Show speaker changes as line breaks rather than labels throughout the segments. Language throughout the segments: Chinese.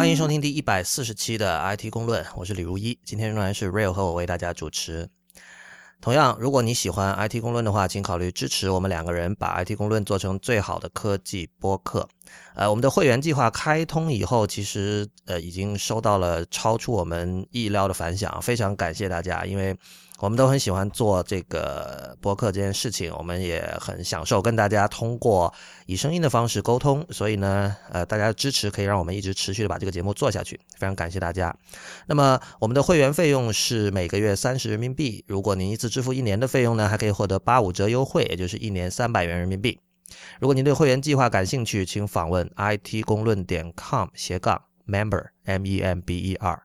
欢迎收听第140期的 IT 公论，我是李如一，今天仍然是 Real 和我为大家主持。同样，如果你喜欢 IT 公论的话，请考虑支持我们两个人把 IT 公论做成最好的科技播客。我们的会员计划开通以后，其实已经收到了超出我们意料的反响，非常感谢大家，因为我们都很喜欢做这个播客这件事情，我们也很享受跟大家通过以声音的方式沟通，所以呢，大家的支持可以让我们一直持续的把这个节目做下去，非常感谢大家。那么我们的会员费用是每个月30人民币，如果您一次支付1年的费用呢，还可以获得85折优惠，也就是1年300元人民币。如果您对会员计划感兴趣，请访问 it公论.com/member member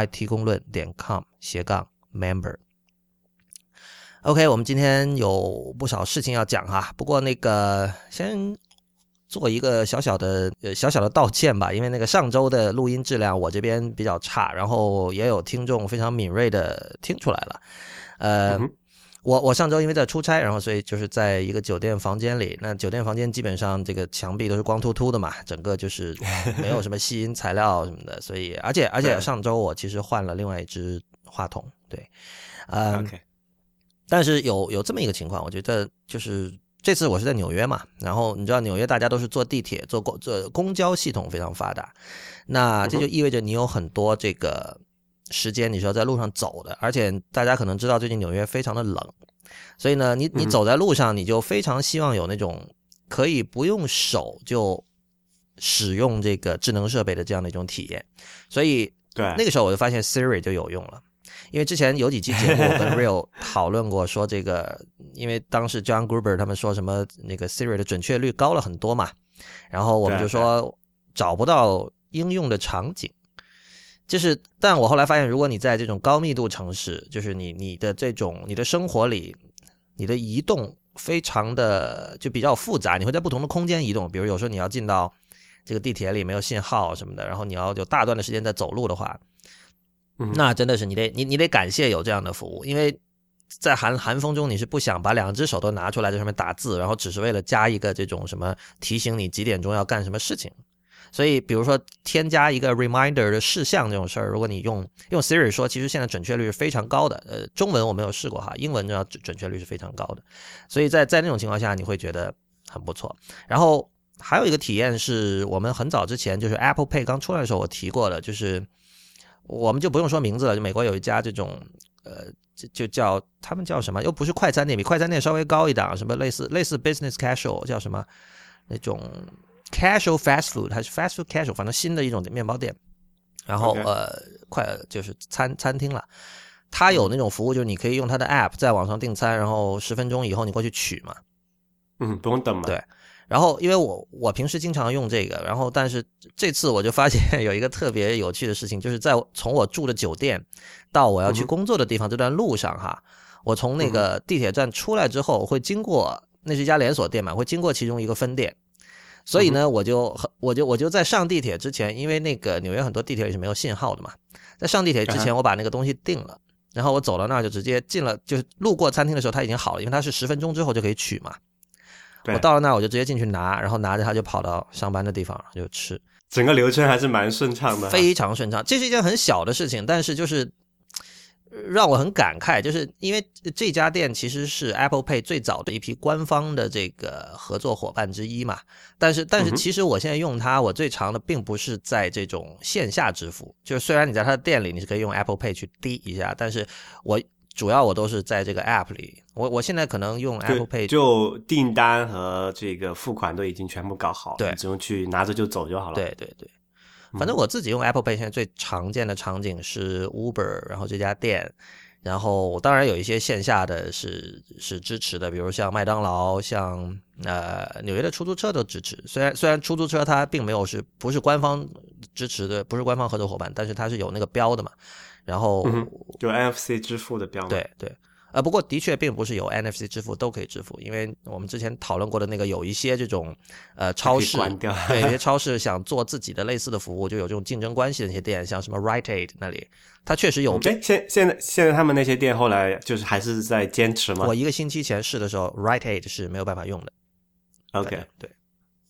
it公论.com/member。OK， 我们今天有不少事情要讲哈，不过先做一个小小的道歉吧，因为上周的录音质量我这边比较差，然后也有听众非常敏锐的听出来了。我上周因为在出差，然后所以就是在一个酒店房间里，那酒店房间基本上这个墙壁都是光秃秃的嘛，整个就是没有什么吸音材料什么的，所以而且上周我其实换了另外一支话筒，对
，OK。
但是有这么一个情况，我觉得就是这次我是在纽约嘛，然后你知道纽约大家都是坐地铁、坐公交系统非常发达，那这就意味着你有很多这个时间你是要在路上走的，而且大家可能知道最近纽约非常的冷，所以呢，你走在路上你就非常希望有那种可以不用手就使用这个智能设备的这样的一种体验，所以
对
那个时候我就发现 Siri 就有用了。因为之前有几期节目我跟 Real 讨论过说这个，因为当时 John Gruber 他们说什么那个 Siri 的准确率高了很多嘛，然后我们就说找不到应用的场景，就是但我后来发现如果你在这种高密度城市，就是你的生活里你的移动非常的就比较复杂，你会在不同的空间移动，比如有时候你要进到这个地铁里没有信号什么的，然后你要有大段的时间在走路的话，那真的是你得感谢有这样的服务，因为在寒风中你是不想把2只手都拿出来在上面打字，然后只是为了加一个这种什么提醒你几点钟要干什么事情。所以比如说添加一个 reminder 的事项这种事儿，如果你用 Siri 说，其实现在准确率是非常高的。中文我没有试过哈，英文呢准确率是非常高的。所以在那种情况下你会觉得很不错。然后还有一个体验是我们很早之前就是 Apple Pay 刚出来的时候我提过的，就是我们就不用说名字了，就美国有一家这种就叫他们叫什么，又不是快餐店，比快餐店稍微高一档，什么类似 business casual 叫什么那种 casual fast food 还是 fast food casual， 反正新的一种面包店，然后就是餐厅了。它有那种服务，就是你可以用它的 app 在网上订餐，然后10分钟以后你过去取嘛。
不用等嘛。
对。然后因为我平时经常用这个，然后但是这次我就发现有一个特别有趣的事情，就是从我住的酒店到我要去工作的地方这段路上哈，我从那个地铁站出来之后会经过，那是一家连锁店嘛，会经过其中一个分店，所以呢我就在上地铁之前，因为那个纽约很多地铁里是没有信号的嘛，在上地铁之前我把那个东西订了，然后我走到那儿就直接进了，就是路过餐厅的时候它已经好了，因为它是10分钟之后就可以取嘛。我到了那我就直接进去拿，然后拿着它就跑到上班的地方就吃，
整个流程还是蛮顺畅的，
非常顺畅。这是一件很小的事情，但是就是让我很感慨，就是因为这家店其实是 Apple Pay 最早的一批官方的这个合作伙伴之一嘛，但是其实我现在用它，我最常的并不是在这种线下支付，就是虽然你在它的店里你是可以用 Apple Pay 去滴一下，但是主要我都是在这个 app 里，我现在可能用 Apple Pay
就订单和这个付款都已经全部搞好了，
对，
你只用去拿着就走就好了。
对，反正我自己用 Apple Pay 现在最常见的场景是 Uber， 然后这家店，然后当然有一些线下的是支持的，比如像麦当劳，像纽约的出租车都支持，虽然出租车它并没有不是官方支持的，不是官方合作伙伴，但是它是有那个标的嘛，然后
就 NFC 支付的标嘛。
对，不过的确并不是有 NFC 支付都可以支付，因为我们之前讨论过的那个有一些这种超市，对，有些超市想做自己的类似的服务，就有这种竞争关系的那些店，像什么 Rite Aid 那里，它确实有。
现在他们那些店后来就是还是在坚持吗？
我1个星期前试的时候 Rite Aid 是没有办法用的。
OK，
对，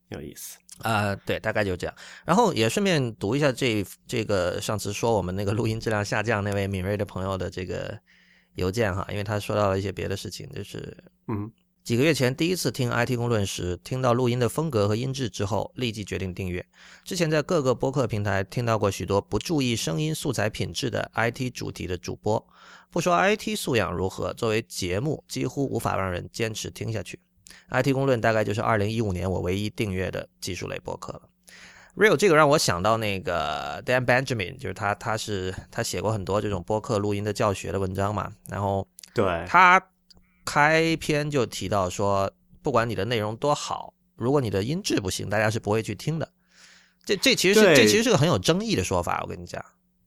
有意思
对，大概就这样。然后也顺便读一下这个上次说我们那个录音质量下降那位敏锐的朋友的这个邮件哈，因为他说到了一些别的事情，就是几个月前第一次听 IT 公论时，听到录音的风格和音质之后，立即决定订阅。之前在各个播客平台听到过许多不注意声音素材品质的 IT 主题的主播，不说 IT 素养如何，作为节目几乎无法让人坚持听下去。IT 公论大概就是2015年我唯一订阅的技术类播客了。Real 这个让我想到那个 Dan Benjamin， 就是他写过很多这种播客录音的教学的文章嘛，然后
对
他开篇就提到说，不管你的内容多好，如果你的音质不行，大家是不会去听的。这其实是个很有争议的说法，我跟你讲。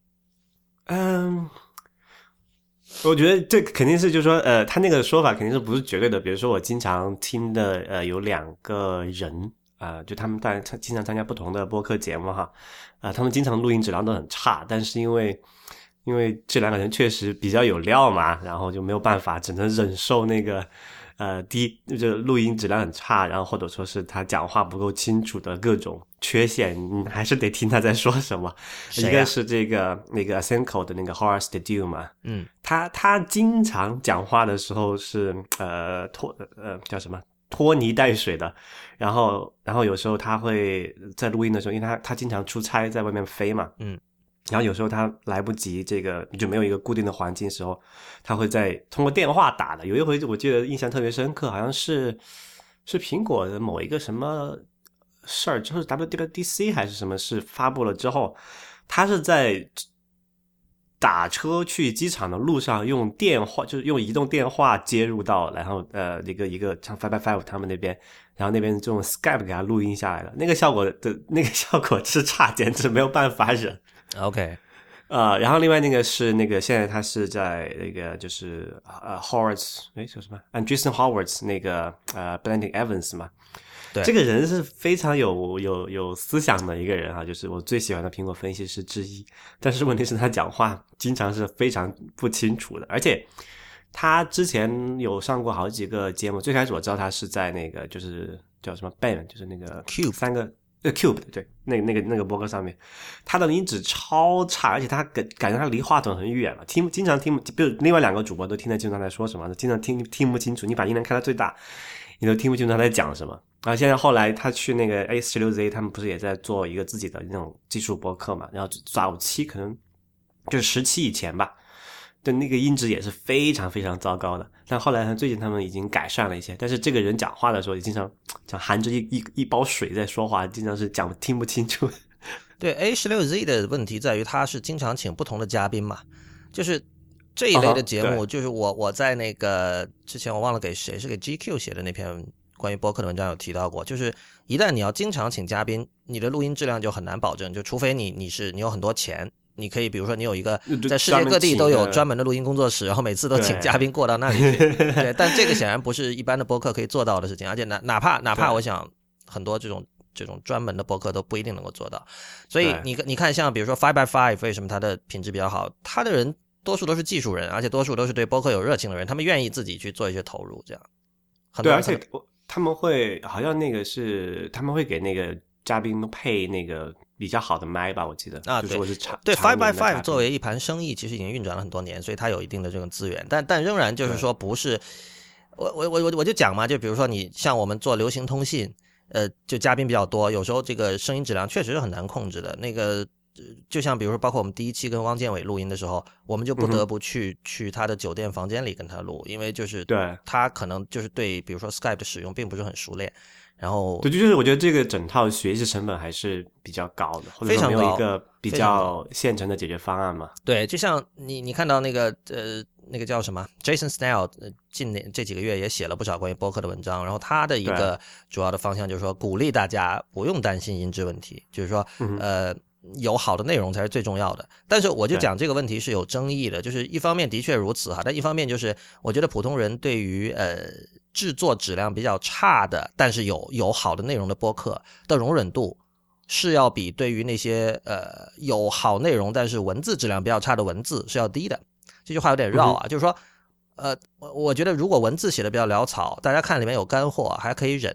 我觉得这肯定是就是说他那个说法肯定是不是绝对的。比如说我经常听的有2个人就他们经常参加不同的播客节目哈他们经常录音质量都很差，但是因为这2个人确实比较有料嘛，然后就没有办法，只能忍受那个就录音质量很差，然后或者说是他讲话不够清楚的各种缺陷，你还是得听他在说什么。一个是那个 Asenko 的那个 Horace Dediu 嘛，他经常讲话的时候是叫什么拖泥带水的，然后有时候他会在录音的时候，因为他经常出差在外面飞嘛，然后有时候他来不及这个就没有一个固定的环境的时候，他会通过电话打的。有一回我记得印象特别深刻，好像是苹果的某一个什么事儿，就是 WWDC 还是什么事发布了之后，他是在打车去机场的路上用电话，就是用移动电话接入到，然后一个像 5x5 他们那边，然后那边这种 Skype 给他录音下来了，那个效果之差，简直没有办法忍。
OK，
然后另外那个是现在他是在那个就是Howard's 叫什么 Andreessen Horowitz 那个Blending Evans 嘛，
对，
这个人是非常有思想的一个人就是我最喜欢的苹果分析师之一，但是问题是他讲话经常是非常不清楚的，而且他之前有上过好几个节目，最开始我知道他是在那个就是叫什么 BAM， 就是那个
Cube
3个Cube 对，那个播客上面，他的音质超差，而且他感觉他离话筒很远了，经常听，比如另外2个主播都听得清楚他在说什么，经常听不清楚，你把音量开到最大，你都听不清楚他在讲什么。然后现在后来他去那个 A16Z， 他们不是也在做一个自己的那种技术播客嘛，然后早期可能就是17以前吧，对，那个音质也是非常非常糟糕的，但后来最近他们已经改善了一些，但是这个人讲话的时候也经常讲含着一包水在说话，经常是讲听不清楚。
对 A16Z 的问题在于他是经常请不同的嘉宾嘛，就是这一类的节目，就是我在那个之前我忘了给谁，是给 GQ 写的那篇关于播客的文章有提到过，就是一旦你要经常请嘉宾，你的录音质量就很难保证，就除非你有很多钱，你可以比如说你有一个在世界各地都有专门的录音工作室，然后每次都请嘉宾过到那里去，对，但这个显然不是一般的播客可以做到的事情，而且哪怕我想很多这种专门的播客都不一定能够做到，所以你看像比如说 5x5 为什么它的品质比较好，它的人多数都是技术人，而且多数都是对播客有热情的人，他们愿意自己去做一些投入，这样。
对，而且他们会好像那个是他们会给那个嘉宾配那个比较好的麦吧，我记得
啊，对 5x5 作为一盘生意，其实已经运转了很多年，所以它有一定的这种资源，但仍然就是说不是我就讲嘛，就比如说你像我们做流行通信，就嘉宾比较多，有时候这个声音质量确实是很难控制的。那个就像比如说包括我们第一期跟汪建伟录音的时候，我们就不得不去他的酒店房间里跟他录，因为就是
对
他可能就是对比如说 Skype 的使用并不是很熟练，然后
对，就是我觉得这个整套学习成本还是比较高的，或者说没有一个比较现成的解决方案嘛。
对，就像你看到那个叫什么 Jason Snell 近年这几个月也写了不少关于播客的文章，然后他的一个主要的方向就是说鼓励大家不用担心音质问题，就是说有好的内容才是最重要的。但是我就讲这个问题是有争议的，就是一方面的确如此哈，但一方面就是我觉得普通人对于制作质量比较差的但是有好的内容的播客的容忍度是要比对于那些有好内容但是文字质量比较差的文字是要低的。这句话有点绕啊，就是说我觉得如果文字写的比较潦草，大家看里面有干货还可以忍，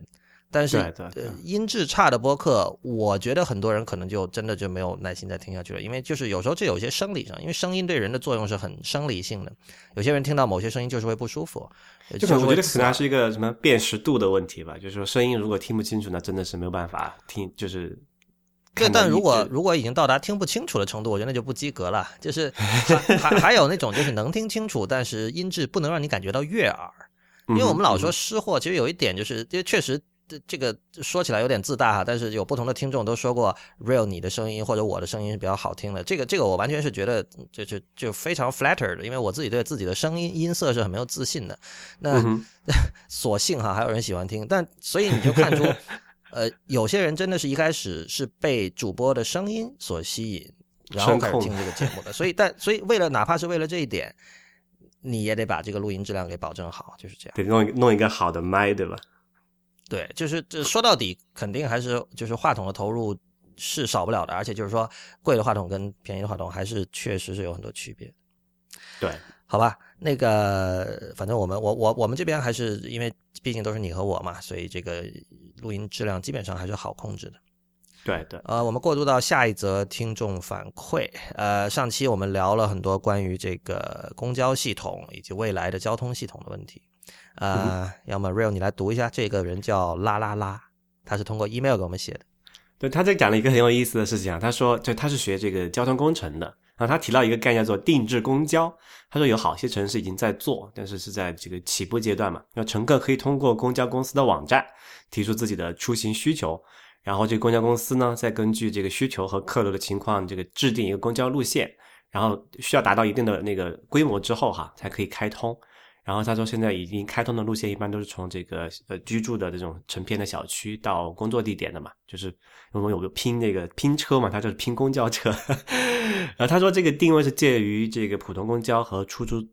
但是
对
音质差的播客，我觉得很多人可能就真的就没有耐心再听下去了，因为就是有时候这有些生理上，因为声音对人的作用是很生理性的，有些人听到某些声音就是会不舒服，
就可能我觉得可能还是一个什么辨识度的问题吧，就是说声音如果听不清楚，那真的是没有办法听，就是
对，但如果已经到达听不清楚的程度，我觉得那就不及格了。就是还有那种就是能听清楚，但是音质不能让你感觉到悦耳。因为我们老说失货，其实有一点就是，确实这个说起来有点自大哈，但是有不同的听众都说过 ，Real 你的声音或者我的声音是比较好听的。这个我完全是觉得就非常 flattered 的，因为我自己对自己的声音音色是很没有自信的。那所幸哈还有人喜欢听，但所以你就看出。有些人真的是一开始是被主播的声音所吸引，然后开始听这个节目的，所以哪怕是为了这一点，你也得把这个录音质量给保证好，就是这样。
得弄一个好的麦，对吧？
对，就是说到底，肯定还是就是话筒的投入是少不了的，而且就是说贵的话筒跟便宜的话筒还是确实是有很多区别。
对，
好吧，那个反正我们这边还是因为毕竟都是你和我嘛，所以这个录音质量基本上还是好控制的。
对对。
我们过渡到下一则听众反馈。上期我们聊了很多关于这个公交系统以及未来的交通系统的问题。要么 Real 你来读一下，这个人叫啦啦啦，他是通过 email 给我们写的。
对，他这讲了一个很有意思的事情啊，他说就他是学这个交通工程的。然后他提到一个概念叫做定制公交，他说有好些城市已经在做，但是是在这个起步阶段嘛。那乘客可以通过公交公司的网站提出自己的出行需求，然后这个公交公司呢再根据这个需求和客流的情况这个制定一个公交路线，然后需要达到一定的那个规模之后才可以开通。然后他说现在已经开通的路线一般都是从这个居住的这种成片的小区到工作地点的嘛，就是我们有拼那个拼车嘛，他就是拼公交车。然后他说这个定位是介于这个普通公交和出租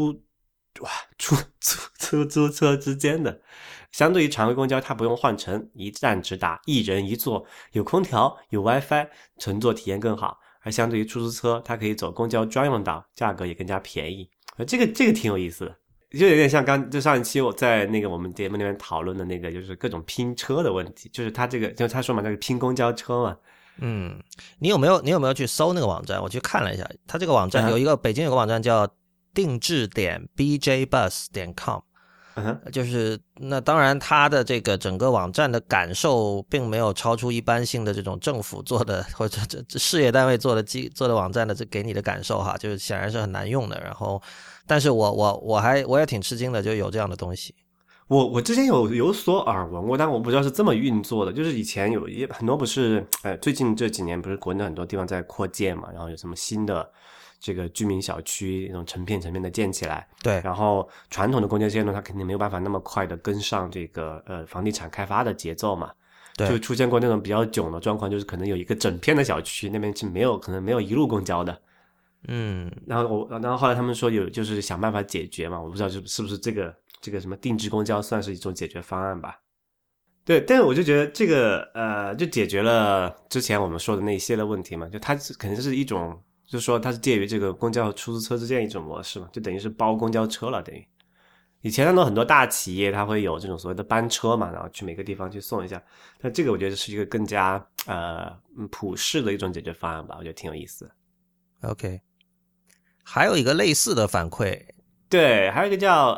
车之间的。相对于常规公交，它不用换乘，一站直达，一人一座，有空调，有 WiFi， 乘坐体验更好。而相对于出租车，它可以走公交专用道，价格也更加便宜。这个挺有意思的。就有点像就上一期我在那个我们节目那边讨论的那个，就是各种拼车的问题，就是他这个就他说嘛，那个拼公交车嘛。
你有没有去搜那个网站？我去看了一下，他这个网站有一个北京有个网站叫定制点 bjbus.com，就是那当然他的这个整个网站的感受并没有超出一般性的这种政府做的或者这事业单位做的网站的这给你的感受哈，就是显然是很难用的。然后但是我也挺吃惊的，就有这样的东西。
我之前有所耳闻过，但我不知道是这么运作的。就是以前有很多不是最近这几年不是国内很多地方在扩建嘛，然后有什么新的这个居民小区那种成片的建起来。
对，
然后传统的公交线路它肯定没有办法那么快的跟上这个房地产开发的节奏嘛。
对，
就出现过那种比较囧的状况，就是可能有一个整片的小区那边是可能没有一路公交的。然后后来他们说就是想办法解决嘛，我不知道是不是这个什么定制公交算是一种解决方案吧。对，但是我就觉得这个就解决了之前我们说的那些的问题嘛，就它肯定是一种，就是说它是介于这个公交和出租车之间一种模式嘛，就等于是包公交车了。等于以前很多大企业它会有这种所谓的班车嘛，然后去每个地方去送一下，但这个我觉得是一个更加普世的一种解决方案吧，我觉得挺有意思的。
OK， 还有一个类似的反馈，
对，还有一个叫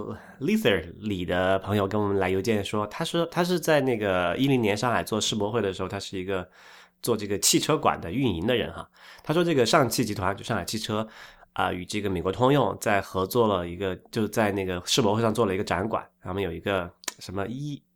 Lizard 里的朋友跟我们来邮件说，他是在那个2010年上海做世博会的时候，他是一个做这个汽车馆的运营的人哈。他说这个上汽集团就上海汽车与这个美国通用在合作了一个，就是在那个世博会上做了一个展馆，他们有一个什么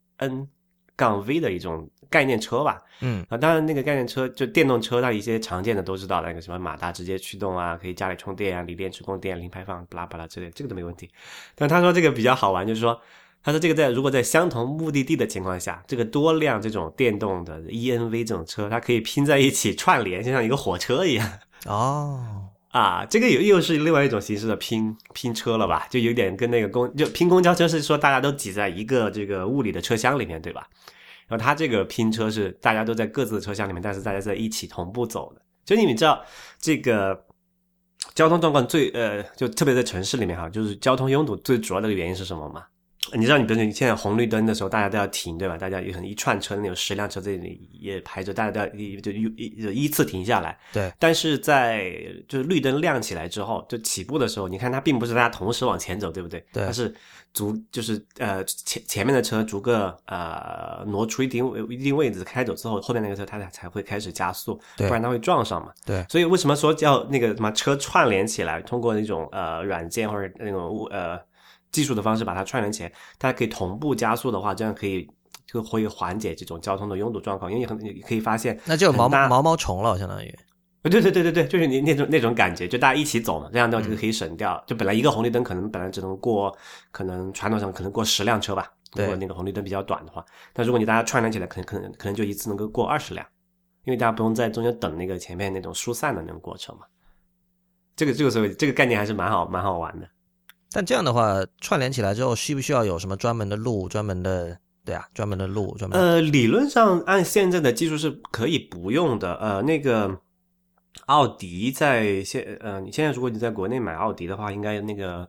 EN-V 的一种概念车吧。当然那个概念车就电动车，它一些常见的都知道，那个什么马达直接驱动啊，可以家里充电啊，锂电池供电，零排放巴拉巴拉之类的，这个都没问题。但他说这个比较好玩，就是说他说这个如果在相同目的地的情况下，这个多辆这种电动的 ENV 这种车，它可以拼在一起串联，就像一个火车一样。这个又是另外一种形式的拼车了吧，就有点跟那个就拼公交车是说大家都挤在一个这个物理的车厢里面，对吧？然后它这个拼车是大家都在各自的车厢里面，但是大家在一起同步走的。就你们知道这个交通状况就特别在城市里面哈，就是交通拥堵最主要的原因是什么吗？ 你知道，你比如说你现在红绿灯的时候，大家都要停，对吧？大家有可能一串车，有10辆车这里也排着，大家都要就依次停下来。
对。
但是在就是绿灯亮起来之后，就起步的时候，你看它并不是大家同时往前走，对不对？
对。
它是就是前面的车逐个挪出一定位置开走之后，后面那个车它才会开始加速，不然它会撞上嘛。
对。
所以为什么说叫那个什么车串联起来，通过那种软件或者那种技术的方式把它串联起来，它可以同步加速的话，这样就会缓解这种交通的拥堵状况。因为你可以发现，
那就毛虫了，相当于。
对，就是你那种感觉，就大家一起走嘛，这样的话就可以省掉。就本来一个红绿灯可能本来只能过，可能传统上可能过10辆车吧，如果那个红绿灯比较短的话。但如果你大家串联起来，可能就一次能够过20辆，因为大家不用在中间等那个前面那种疏散的那种过程嘛。这个所以这个概念还是蛮好玩的。
但这样的话，串联起来之后，需不需要有什么专门的路、专门的路？
理论上按现在的技术是可以不用的。那个奥迪你现在如果你在国内买奥迪的话，应该那个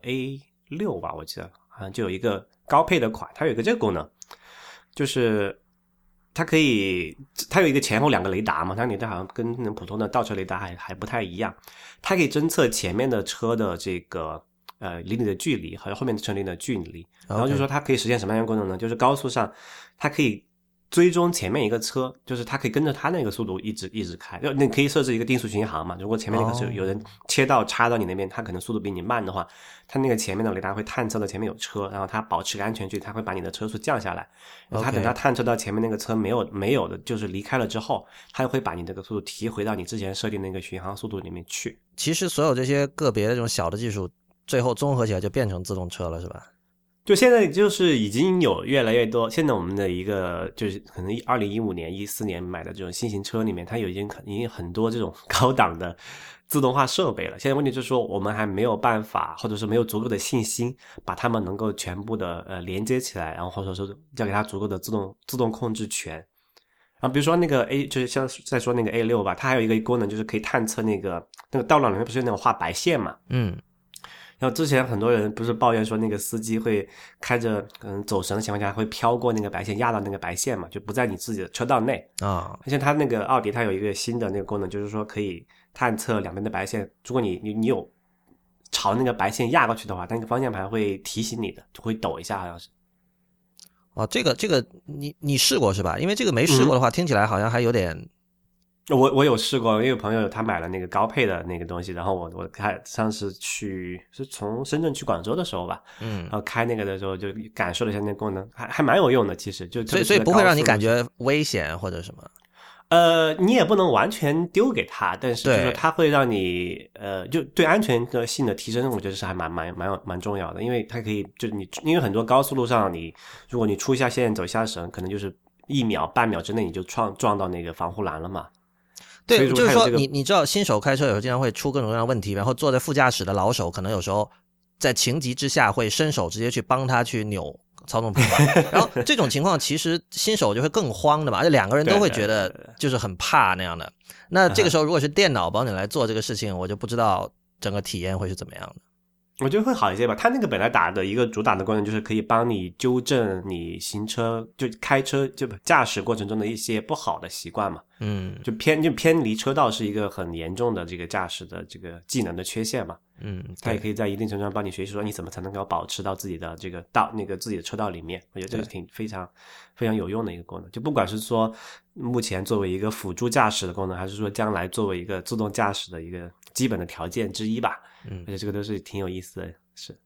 A6 吧，我记得好像就有一个高配的款，它有一个这个功能，就是它有一个前后2个雷达嘛，它雷达好像跟那普通的倒车雷达还不太一样，它可以侦测前面的车的这个离你的距离和后面的车离你的距离，然后就是说它可以实现什么样的功能呢？就是高速上它可以追踪前面一个车，就是它可以跟着它那个速度一直开。你可以设置一个定速巡航嘛，如果前面那个有人切到插到你那边，它可能速度比你慢的话，它那个前面的雷达会探测到前面有车，然后它保持个安全距离，它会把你的车速降下来。然后它等它探测到前面那个车没有的就是离开了之后，它会把你这个速度提回到你之前设定那个巡航速度里面去。
其实所有这些个别的这种小的技术最后综合起来就变成自动车了，是吧？
就现在就是已经有越来越多，现在我们的一个就是可能2015年、14年买的这种新型车里面，它已经很多这种高档的自动化设备了。现在问题就是说，我们还没有办法，或者是没有足够的信心，把它们能够全部的连接起来，然后或者说要给它足够的自动控制权。然后比如说那个就是像再说那个 A6 吧，它还有一个功能就是可以探测那个道路里面不是有那种画白线嘛？然后之前很多人不是抱怨说那个司机会开着可能走神的情况下会飘过那个白线，压到那个白线嘛，就不在你自己的车道内啊。而且它那个奥迪它有一个新的那个功能，就是说可以探测两边的白线，如果你有朝那个白线压过去的话，那个方向盘会提醒你的，就会抖一下，好像是。
哦，这个你试过是吧？因为这个没试过的话，听起来好像还有点。
我有试过，因为有朋友他买了那个高配的那个东西，然后我上次是从深圳去广州的时时候吧，然后开那个的时候就感受了一下那个功能，还蛮有用的，其实就
所以不会让你感觉危险或者什么。
你也不能完全丢给他，但是就是它会让你就对安全的性的提升，我觉得是还蛮重要的，因为它可以就是因为很多高速路上如果你出一下线走一下神，可能就是1秒半秒之内你就撞到那个防护栏了嘛。
对，就是说你知道新手开车有时候经常会出各种各样的问题，然后坐在副驾驶的老手可能有时候在情急之下会伸手直接去帮他去扭操纵平板，然后这种情况其实新手就会更慌的嘛，而且2个人都会觉得就是很怕那样的。那这个时候如果是电脑帮你来做这个事情，我就不知道整个体验会是怎么样的。
我觉得会好一些吧。它那个本来打的一个主打的功能就是可以帮你纠正你行车就开车就驾驶过程中的一些不好的习惯嘛。就偏离车道是一个很严重的这个驾驶的这个技能的缺陷嘛。它也可以在一定程度上帮你学习说你怎么才能够保持到自己的这个自己的车道里面。我觉得这是非常非常有用的一个功能。就不管是说目前作为一个辅助驾驶的功能，还是说将来作为一个自动驾驶的一个基本的条件之一吧。而且这个都是挺有意思的，是。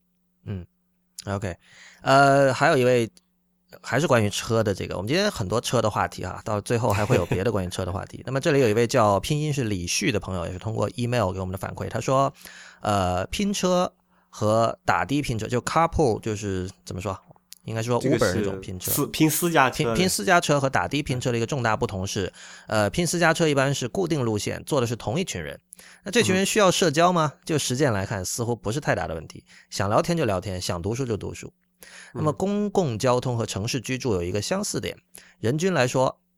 OK， 还有一位还是关于车的这个，我们今天很多车的话题哈，到最后还会有别的关于车的话题。那么这里有一位叫拼音是李旭的朋友，也是通过 email 给我们的反馈，他说，拼车和打的拼车就 carpool 就是怎么说？应该说 Uber 那种拼车，
拼私家车，
拼私家车和打的拼车的一个重大不同是，拼私家车一般是固定路线，坐的是同一群人。那这群人需要社交吗？就实践来看，似乎不是太大的问题。想聊天就聊天，想读书就读书。那么公共交通和城市居住有一个相似点，人均来说，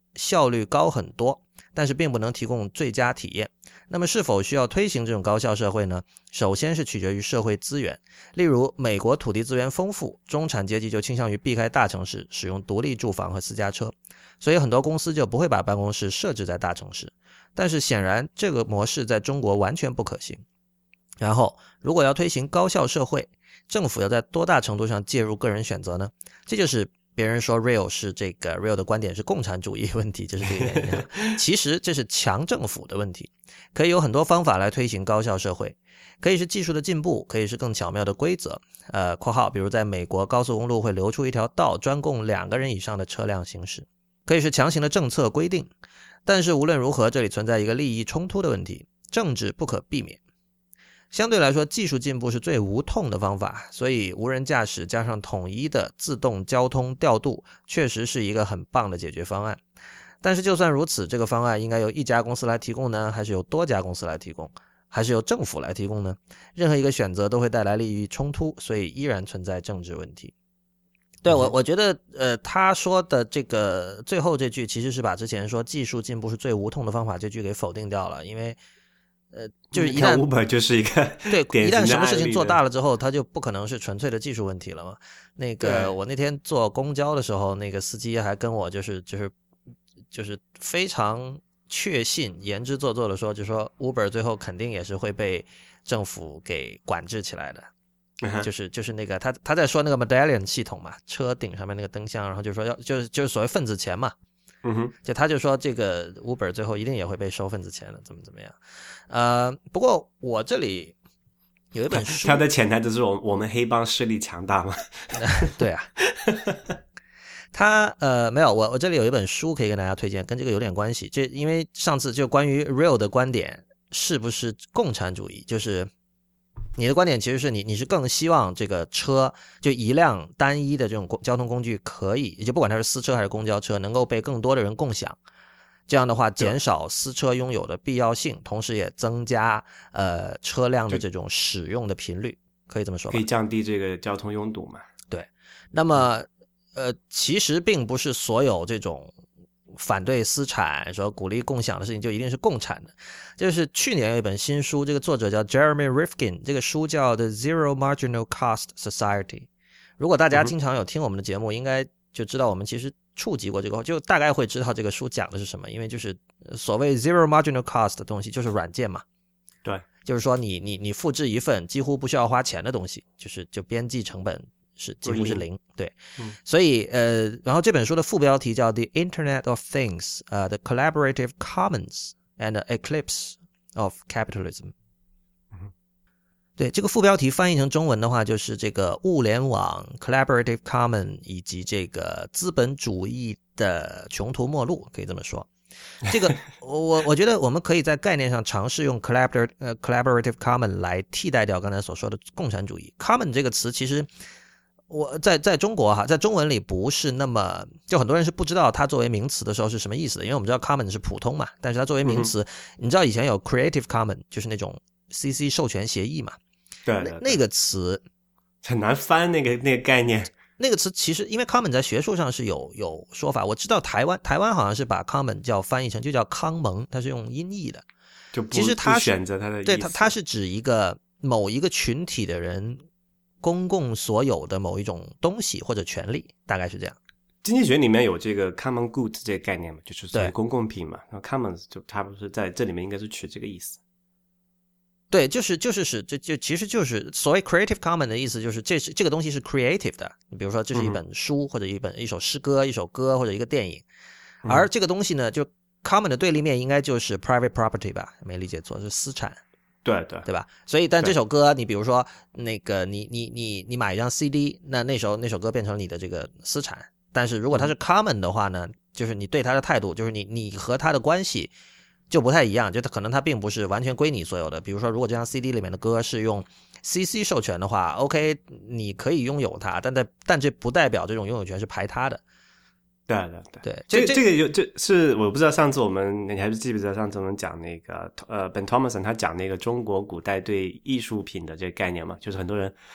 效率高很多，但是并不能提供最佳体验。那么是否需要推行这种高效社会呢？首先是取决于社会资源。例如美国土地资源丰富，中产阶级就倾向于避开大城市，使用独立住房和私家车，所以很多公司就不会把办公室设置在大城市。但是显然这个模式在中国完全不可行。然后如果要推行高效社会，政府要在多大程度上介入个人选择呢？这就是别人说 Real 是这个 Real 的观点是共产主义问题，就是这个原因。其实这是强政府的问题。可以有很多方法来推行高效社会，可以是技术的进步，可以是更巧妙的规则。括号，比如在美国高速公路会留出一条道专供2个人以上的车辆行驶，可以是强行的政策规定。但是无论如何，这里存在一个利益冲突的问题，政治不可避免。相对来说，技术进步是最无痛的方法，所以无人驾驶加上统一的自动交通调度确实是一个很棒的解决方案。但是就算如此，这个方案应该由一家公司来提供呢，还是由多家公司来提供，还是由政府来提供呢？任何一个选择都会带来利益冲突，所以依然存在政治问题。对，我觉得他说的这个最后这句其实是把之前说技术进步是最无痛的方法这句给否定掉了。因为就是一旦
Uber 就是一个
对，一旦什么事情做大
了
了之后，它就不可能是纯粹的技术问题了嘛。那个我那天坐公交的时候，那个司机还跟我就是非常确信言之做作的说，就说 Uber 最后肯定也是会被政府给管制起来的。就是那个他在说那个 medallion 系统嘛，车顶上面那个灯箱，然后就说就是所谓分子钱嘛。就他就说这个 Uber 最后一定也会被收分子钱的，怎么样。不过我这里有一本书，
他的潜台词是我们黑帮势力强大嘛。
对啊。他没有，我这里有一本书可以跟大家推荐，跟这个有点关系。这因为上次就关于 Real 的观点是不是共产主义，就是你的观点其实是你是更希望这个车就一辆单一的这种交通工具可以，也就不管它是私车还是公交车，能够被更多的人共享。这样的话减少私车拥有的必要性，同时也增加车辆的这种使用的频率，可以这么说吧？
可以降低这个交通拥堵嘛？
对。那么其实并不是所有这种反对私产说鼓励共享的事情就一定是共产的。就是去年有一本新书，这个作者叫 Jeremy Rifkin， 这个书叫 The Zero Marginal Cost Society。 如果大家经常有听我们的节目，应该就知道我们其实触及过这个，就大概会知道这个书讲的是什么。因为就是所谓 Zero Marginal Cost 的东西就是软件嘛。
对，
就是说你复制一份几乎不需要花钱的东西，就边际成本是几乎是零。对。所以然后这本书的副标题叫 The Internet of Things， The Collaborative Commons and the Eclipse of Capitalism。 对，这个副标题翻译成中文的话就是这个物联网 Collaborative Common 以及这个资本主义的穷途末路，可以这么说。这个我觉得我们可以在概念上尝试用 collaborative common 来替代掉刚才所说的共产主义。 common 这个词其实我在中国在中文里不是那么，就很多人是不知道它作为名词的时候是什么意思的。因为我们知道 common 是普通嘛，但是它作为名词，你知道以前有 creative common 就是那种 CC 授权协议嘛。
对，
那个词
很难翻，那个概念。
那个词其实因为 common 在学术上是有说法，我知道台湾好像是把 common 翻译成就叫康盟，它是用音译的。
就不
其实它
选择它的意思。
对，它是指某一个群体的人公共所有的某一种东西或者权利，大概是这样。
经济学里面有这个 common good 这个概念嘛，就是所谓公共品嘛。然后 commons 就差不多是在这里面应该是取这个意思。
对，其实就是所谓 creative common 的意思，就是这个东西是 creative 的。你比如说这是一本书，或者一首诗歌，一首歌，或者一个电影。而这个东西呢，就 common 的对立面应该就是 private property 吧，没理解错，是私产。对吧？所以但这首歌你比如说那个你买一张 CD， 那首歌变成你的这个私产。但是如果它是 common 的话呢，就是你对它的态度，就是你和它的关系就不太一样，就可能它并不是完全归你所有的。比如说如果这张 CD 里面的歌是用 CC 授权的话 OK， 你可以拥有它，但这不代表这种拥有权是排他的。
对，这个是我不知道上次你还是记不记得上次我们讲那个Ben Thomason 他讲那个中国古代对艺术品的这个概念嘛，就是很多人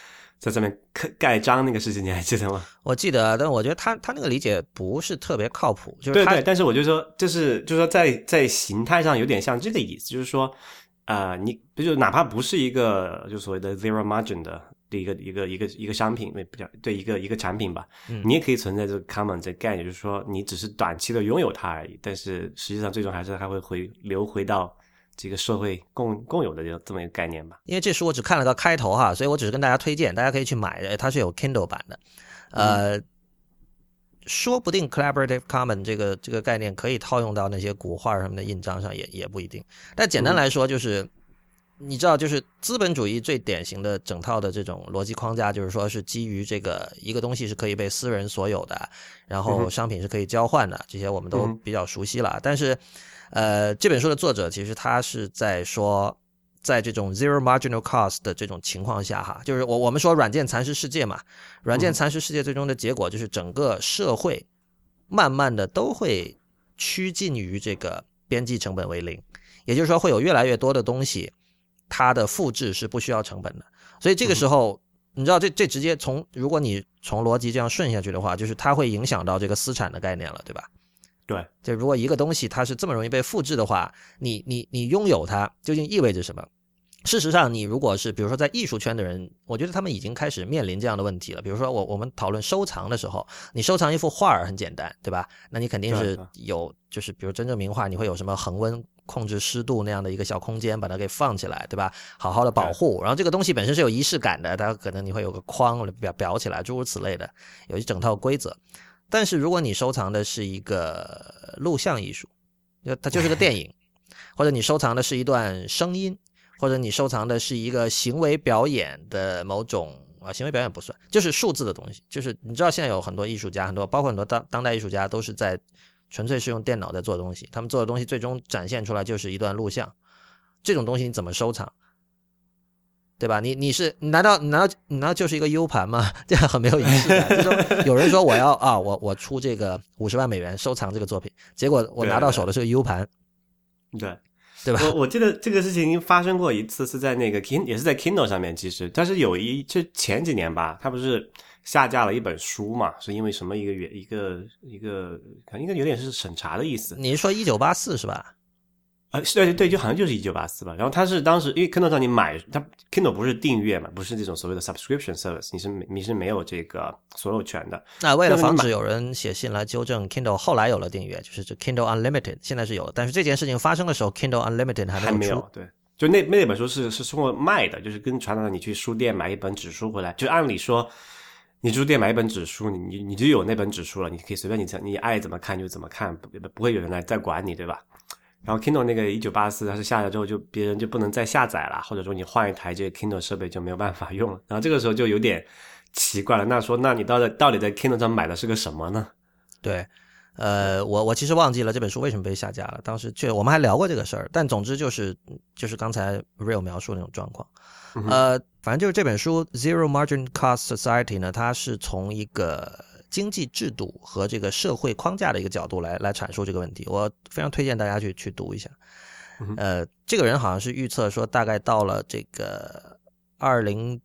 在上面盖章那个事情，你还记得吗？
我记得，但我觉得他那个理解不是特别靠谱，就是
对，但是我就说，就是说在形态上有点像这个意思，就是说，你就哪怕不是一个就所谓的 zero margin 的一个商品，比较对一个产品吧，你也可以存在这个 common 这个概念，就是说你只是短期的拥有它而已，但是实际上最终还会流回到这个社会共有的这么一个概念吧。
因为这书我只看了个开头哈，所以我只是跟大家推荐，大家可以去买，它是有 Kindle 版的。说不定 collaborative common 这个概念可以套用到那些古画什么的印章上，也不一定。但简单来说就是。你知道，就是资本主义最典型的整套的这种逻辑框架，就是说是基于这个一个东西是可以被私人所有的，然后商品是可以交换的，这些我们都比较熟悉了。但是，这本书的作者其实他是在说，在这种 zero marginal cost 的这种情况下哈，就是我们说软件蚕食世界嘛，软件蚕食世界最终的结果就是整个社会慢慢的都会趋近于这个边际成本为零，也就是说会有越来越多的东西。它的复制是不需要成本的，所以这个时候，你知道这直接如果你从逻辑这样顺下去的话，就是它会影响到这个私产的概念了，对吧？
对，
就如果一个东西它是这么容易被复制的话，你拥有它究竟意味着什么？事实上，你如果是比如说在艺术圈的人，我觉得他们已经开始面临这样的问题了。比如说我们讨论收藏的时候，你收藏一幅画很简单，对吧？那你肯定是有，就是比如真正名画，你会有什么恒温控制湿度那样的一个小空间，把它给放起来，对吧？好好的保护。然后这个东西本身是有仪式感的，它可能你会有个框裱起来，诸如此类的，有一整套规则。但是如果你收藏的是一个录像艺术，它就是个电影，或者你收藏的是一段声音。或者你收藏的是一个行为表演的某种行为表演不算，就是数字的东西。就是你知道现在有很多艺术家，包括很多当代艺术家都是在纯粹是用电脑在做东西，他们做的东西最终展现出来就是一段录像。这种东西你怎么收藏？对吧？你难道就是一个 U 盘吗？这样很没有仪式感。就是说有人说我出这个50万美元收藏这个作品，结果我拿到手的是个 U 盘。对吧？
我记得这个事情发生过一次，是在那个也是在 Kindle 上面。其实它是就前几年吧，它不是下架了一本书嘛？是因为什么一个可能应该有点是审查的意思。
你是说1984是吧？
对，就好像就是1984吧。然后它是当时因为 Kindle 上你买它 Kindle 不是订阅嘛，不是这种所谓的 subscription service， 你是没有这个所有权的。
那为了防止有人写信来纠正 Kindle 后来有了订阅，就是这 Kindle Unlimited 现在是有的，但是这件事情发生的时候 Kindle Unlimited 还没有出。
对，就那本书是通过卖的，就是跟传统的你去书店买一本纸书回来，就按理说你书店买一本纸书，你就有那本纸书了，你可以随便你爱怎么看就怎么看，不会有人来再管你，对吧？然后 Kindle 那个1984它是下来之后就别人就不能再下载了，或者说你换一台这个 Kindle 设备就没有办法用了。然后这个时候就有点奇怪了，那你到底在 Kindle 上买的是个什么呢？
对，我其实忘记了这本书为什么被下架了，当时我们还聊过这个事儿，但总之就是刚才 Real 描述那种状况。反正就是这本书 Zero Margin Cost Society 呢，它是从一个经济制度和这个社会框架的一个角度来阐述这个问题，我非常推荐大家去读一下。这个人好像是预测说，大概到了这个2090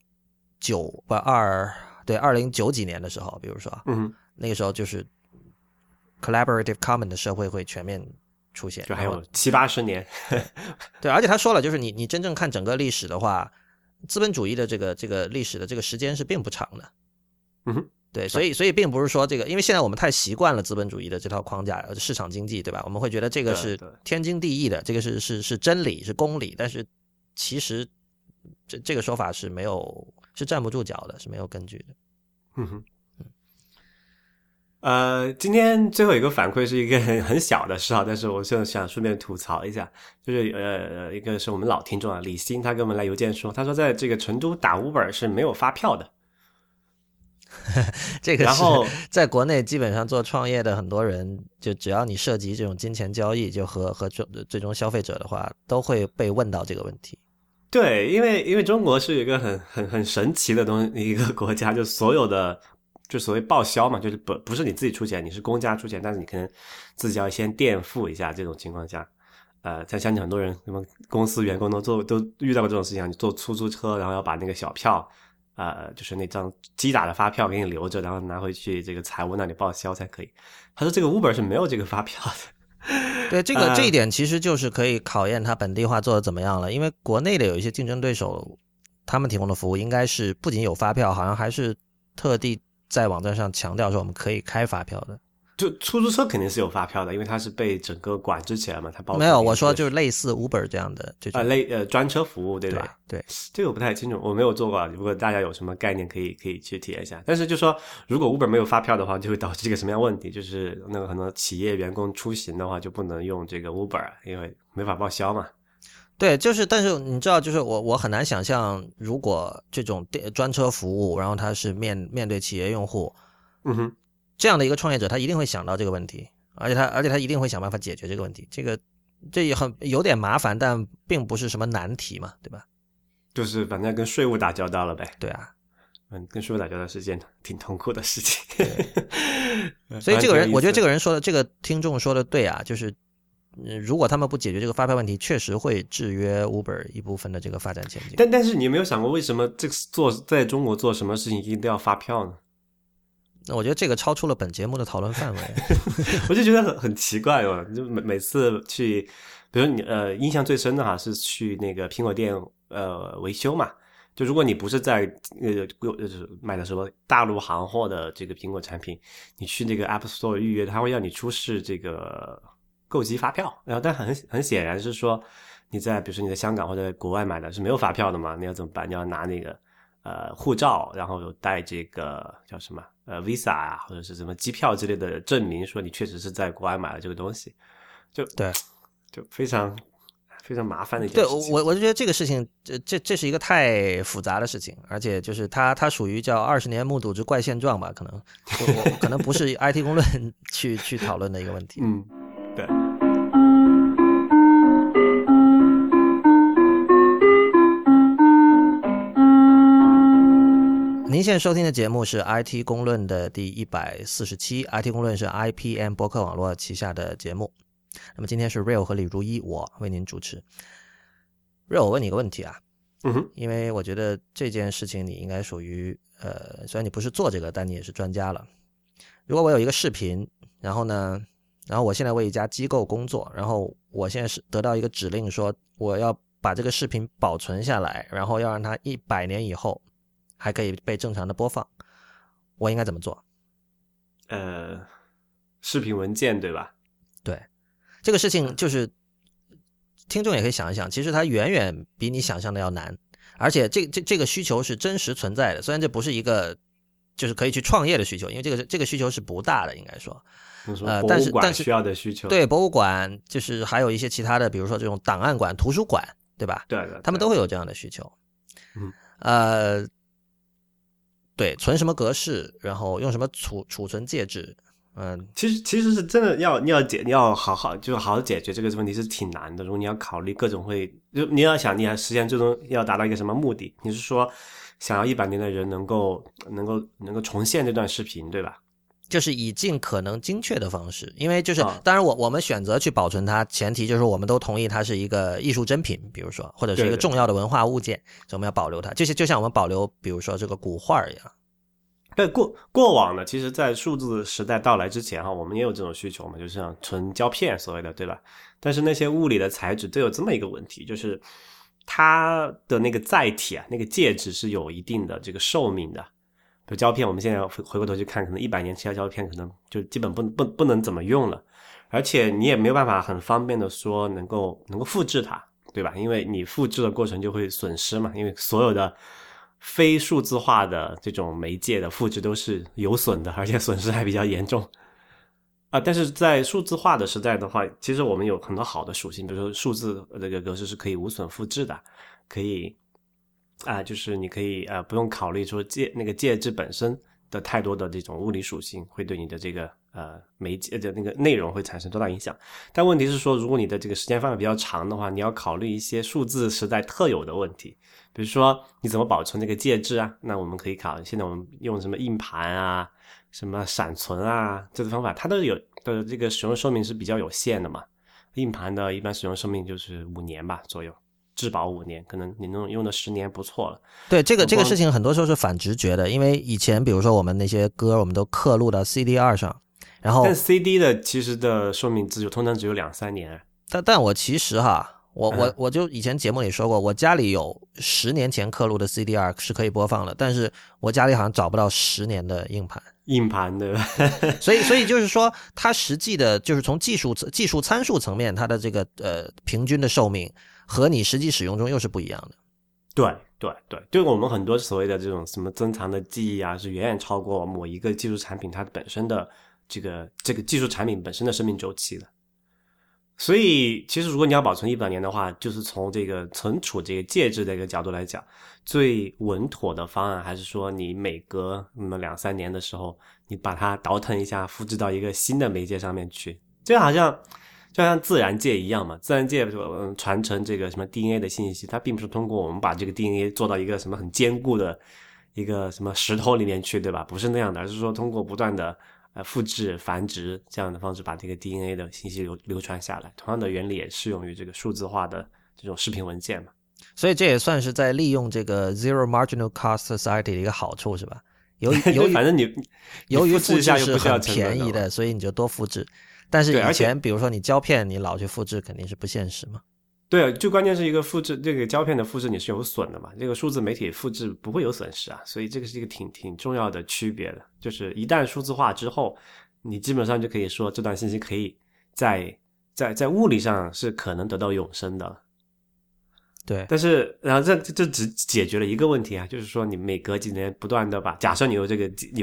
几年的时候，比如说，那个时候就是 collaborative common 的社会会全面出现，
就还有70-80年。
对，而且他说了，就是你真正看整个历史的话，资本主义的这个历史的这个时间是并不长的。对，所以并不是说这个，因为现在我们太习惯了资本主义的这套框架，市场经济，对吧？我们会觉得这个是天经地义的，这个是真理，是公理，但是其实这个说法是站不住脚的，是没有根据的。
今天最后一个反馈是一个很小的事啊，但是我就想顺便吐槽一下，就是一个是我们老听众啊，李欣，他给我们来邮件说，他说在这个成都打Uber是没有发票的。
这个是在国内基本上做创业的很多人，就只要你涉及这种金钱交易，就和最终消费者的话，都会被问到这个问题。
对，因为中国是一个很神奇的一个国家，就所有的就所谓报销嘛，就是不是你自己出钱，你是公家出钱，但是你可能自己要先垫付一下。这种情况下，在相信很多人什么公司员工都遇到过这种事情，你坐出租车，然后要把那个小票就是那张击打的发票给你留着，然后拿回去这个财务那里报销才可以。他说这个 Uber 是没有这个发票的。
对，这一点其实就是可以考验它本地化做的怎么样了，因为国内的有一些竞争对手，他们提供的服务应该是不仅有发票，好像还是特地在网站上强调说我们可以开发票的。
就出租车肯定是有发票的，因为它是被整个管制起来嘛，它包括
没有，我说就是类似 Uber 这样的这种
专车服务，对吧？
对，
这个我不太清楚，我没有做过，如果大家有什么概念可以去体验一下。但是就说如果 Uber 没有发票的话，就会导致一个什么样问题，就是那个很多企业员工出行的话就不能用这个 Uber， 因为没法报销嘛。
对，就是但是你知道，就是我很难想象，如果这种专车服务，然后它是面对企业用户，这样的一个创业者，他一定会想到这个问题，而且他一定会想办法解决这个问题。这也有点麻烦，但并不是什么难题嘛，对吧？
就是反正跟税务打交道了呗。
对啊，
跟税务打交道是件挺痛苦的事情。
所以这个人，我觉得这个人说的，这个听众说的对啊，就是如果他们不解决这个发票问题，确实会制约 Uber 一部分的这个发展前景。
但是你有没有想过，为什么这个在中国做什么事情一定要发票呢？
那我觉得这个超出了本节目的讨论范围。
我就觉得很奇怪哦，就每次去，比如你印象最深的哈是去那个苹果店维修嘛。就如果你不是在买的什么大陆行货的这个苹果产品，你去那个 App Store 预约，他会要你出示这个购机发票。然后但很显然是说你在比如说你在香港或者国外买的是没有发票的嘛，你要怎么办？你要拿那个护照，然后有带这个叫什么Visa 啊，或者是什么机票之类的证明，说你确实是在国外买了这个东西，就非常非常麻烦的一件事情。
对，我就觉得这个事情，这是一个太复杂的事情，而且就是它属于叫20年目睹之怪现状吧，可能可能不是 IT 公论去讨论的一个问题。
对。
您现在收听的节目是 IT 公论的第140期 ，IT 公论是 IPM 播客网络旗下的节目。那么今天是 Real 和李如一我为您主持。Real， 我问你一个问题啊，因为我觉得这件事情你应该属于虽然你不是做这个，但你也是专家了。如果我有一个视频，然后我现在为一家机构工作，然后我现在是得到一个指令说我要把这个视频保存下来，然后要让它100年以后还可以被正常的播放，我应该怎么做？
视频文件对吧？
对，这个事情就是听众也可以想一想，其实它远远比你想象的要难，而且这个需求是真实存在的，虽然这不是一个就是可以去创业的需求，因为这个需求是不大的，应该说。
但是需要的需求，
对，博物馆就是还有一些其他的，比如说这种档案馆、图书馆，对吧？
对，
他们都会有这样的需求。对，存什么格式，然后用什么储存介质，
其实是真的要好好解决这个问题是挺难的。如果你要考虑各种就你要想你要实现最终要达到一个什么目的，你是说想要100年的人能够重现这段视频，对吧？
就是以尽可能精确的方式，因为就是当然我们选择去保存它，前提就是我们都同意它是一个艺术珍品，比如说或者是一个重要的文化物件，所以我们要保留它，就像我们保留比如说这个古画一样。
对，过往呢，其实在数字时代到来之前我们也有这种需求嘛，就是像存胶片所谓的，对吧？但是那些物理的材质都有这么一个问题，就是它的那个载体那个介质是有一定的这个寿命的。比如胶片，我们现在回过头去看，可能100年期的胶片可能就基本不能怎么用了，而且你也没有办法很方便的说能够复制它，对吧？因为你复制的过程就会损失嘛，因为所有的非数字化的这种媒介的复制都是有损的，而且损失还比较严重但是在数字化的时代的话，其实我们有很多好的属性，比如说数字这个格式是可以无损复制的，可以就是你可以不用考虑说那个介质本身的太多的这种物理属性会对你的这个媒介的那个内容会产生多大影响。但问题是说，如果你的这个时间范围比较长的话，你要考虑一些数字时代特有的问题，比如说你怎么保存这个介质那我们可以考虑现在我们用什么硬盘什么闪存这个方法，它都有的这个使用寿命是比较有限的嘛。硬盘的一般使用寿命就是5年吧左右。 质保5年，可能你能用的10年不错了。
对，这个事情很多时候是反直觉的，因为以前比如说我们那些歌我们都刻录到 CD2 上，然后
但 CD 的其实的寿命通常只有2-3年。
但我其实我就以前节目里说过，我家里有10年前刻录的 CD2 是可以播放的，但是我家里好像找不到10年的硬盘
的
所以就是说它实际的就是从技术参数层面，它的这个平均的寿命和你实际使用中又是不一样的。
对，我们很多所谓的这种什么增强的记忆啊，是远远超过某一个技术产品它本身的这个技术产品本身的生命周期的。所以其实如果你要保存100年的话，就是从这个存储这个介质的一个角度来讲，最稳妥的方案还是说你每隔那么2-3年的时候，你把它倒腾一下，复制到一个新的媒介上面去。就好像自然界一样嘛，自然界传承这个什么 DNA 的信息，它并不是通过我们把这个 DNA 做到一个什么很坚固的一个什么石头里面去，对吧？不是那样的，而是说通过不断的复制繁殖这样的方式把这个 DNA 的信息流传下来。同样的原理也适用于这个数字化的这种视频文件嘛。
所以这也算是在利用这个 Zero Marginal Cost Society 的一个好处，是吧？
反正
由于复制
是
是很便宜的，所以你就多复制。但是以前比如说你胶片你老去复制肯定是不现实嘛。
对，最关键是一个复制，这个胶片的复制你是有损的嘛，这个数字媒体复制不会有损失啊，所以这个是一个挺重要的区别的。就是一旦数字化之后，你基本上就可以说这段信息可以在物理上是可能得到永生的。
对，
但是然后这只解决了一个问题啊，就是说你每隔几年不断的假设你有这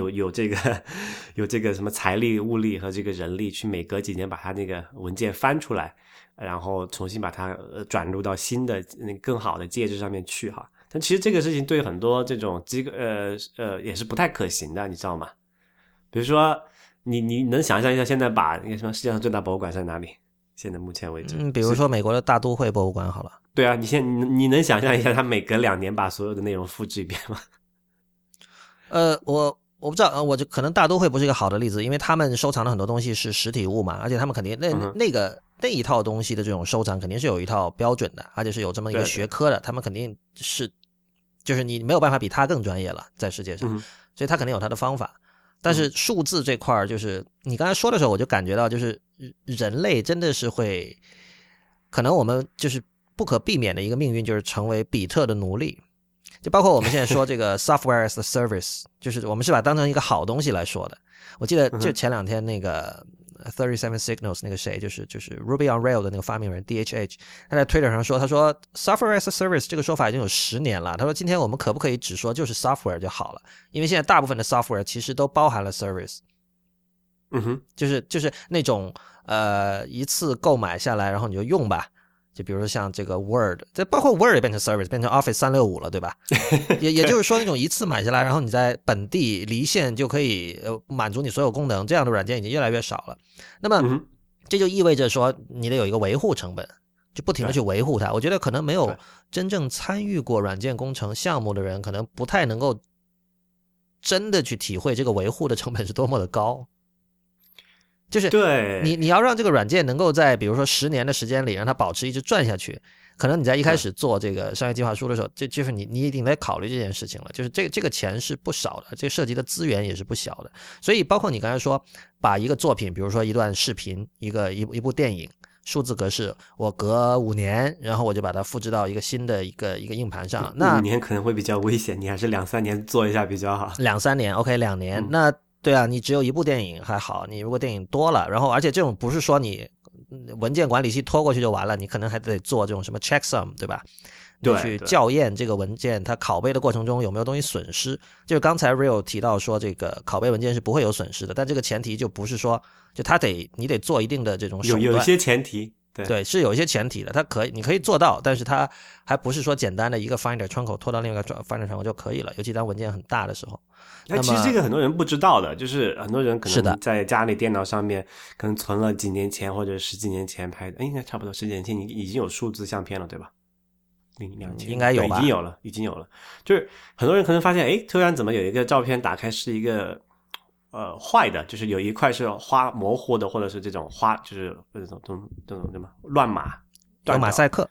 个什么财力物力和这个人力去每隔几年把它那个文件翻出来，然后重新把它转入到新的那更好的介质上面去哈。但其实这个事情对很多这种也是不太可行的，你知道吗？比如说你能想象一下现在把那个什么世界上最大博物馆在哪里？现在目前为止
比如说美国的大都会博物馆好了。
对啊，你能想象一下他每隔2年把所有的内容复制一遍吗？
我不知道，我就可能大都会不是一个好的例子，因为他们收藏的很多东西是实体物嘛，而且他们肯定那一套东西的这种收藏肯定是有一套标准的，而且是有这么一个学科的，他们肯定是就是你没有办法比他更专业了在世界上，所以他肯定有他的方法。但是数字这块就是你刚才说的时候，我就感觉到就是人类真的是会，可能我们就是不可避免的一个命运就是成为比特的奴隶。就包括我们现在说这个 software as a service， 就是我们是把它当成一个好东西来说的。我记得就前2天那个37 Signals 那个谁，就是 Ruby on Rails 的那个发明人 DHH， 他在 Twitter 上说，他说 software as a service 这个说法已经有10年了。他说今天我们可不可以只说就是 software 就好了？因为现在大部分的 software 其实都包含了 service。就是那种一次购买下来然后你就用吧。就比如说像这个 Word， 这包括 Word 也变成 Service， 变成 Office 365了，对吧？也就是说那种一次买下来，然后你在本地离线就可以满足你所有功能，这样的软件已经越来越少了。那么这就意味着说你得有一个维护成本，就不停的去维护它。我觉得可能没有真正参与过软件工程项目的人，可能不太能够真的去体会这个维护的成本是多么的高。就是
对
你要让这个软件能够在比如说10年的时间里让它保持一直转下去，可能你在一开始做这个商业计划书的时候，就是你一定得考虑这件事情了。就是这个钱是不少的，这涉及的资源也是不小的。所以包括你刚才说把一个作品，比如说一段视频，一部电影，数字格式，我隔5年然后我就把它复制到一个新的一个硬盘上。那
5年可能会比较危险，你还是2-3年做一下比较好。
2-3年 OK 2年那对啊，你只有一部电影还好，你如果电影多了，然后而且这种不是说你文件管理器拖过去就完了，你可能还得做这种什么 checksum， 对吧？
对，
去校验这个文件它拷贝的过程中有没有东西损失。就是刚才 Rio 提到说这个拷贝文件是不会有损失的，但这个前提就不是说就你得做一定的这种手段，
有一些前提。
对，是有一些前提的，你可以做到，但是它还不是说简单的一个 Finder 窗口拖到另一个 Finder 窗口就可以了，尤其当文件很大的时候。
其实这个很多人不知道的，就是很多人可能在家里电脑上面可能存了几年前或者10几年前拍的，应该差不多10几年前你已经有数字相片了，对吧？2000
应该有吧？
已经有了。就是很多人可能发现，突然怎么有一个照片打开是一个坏的，就是有一块是花模糊的，或者是这种花就是这种什么乱码
有马赛克。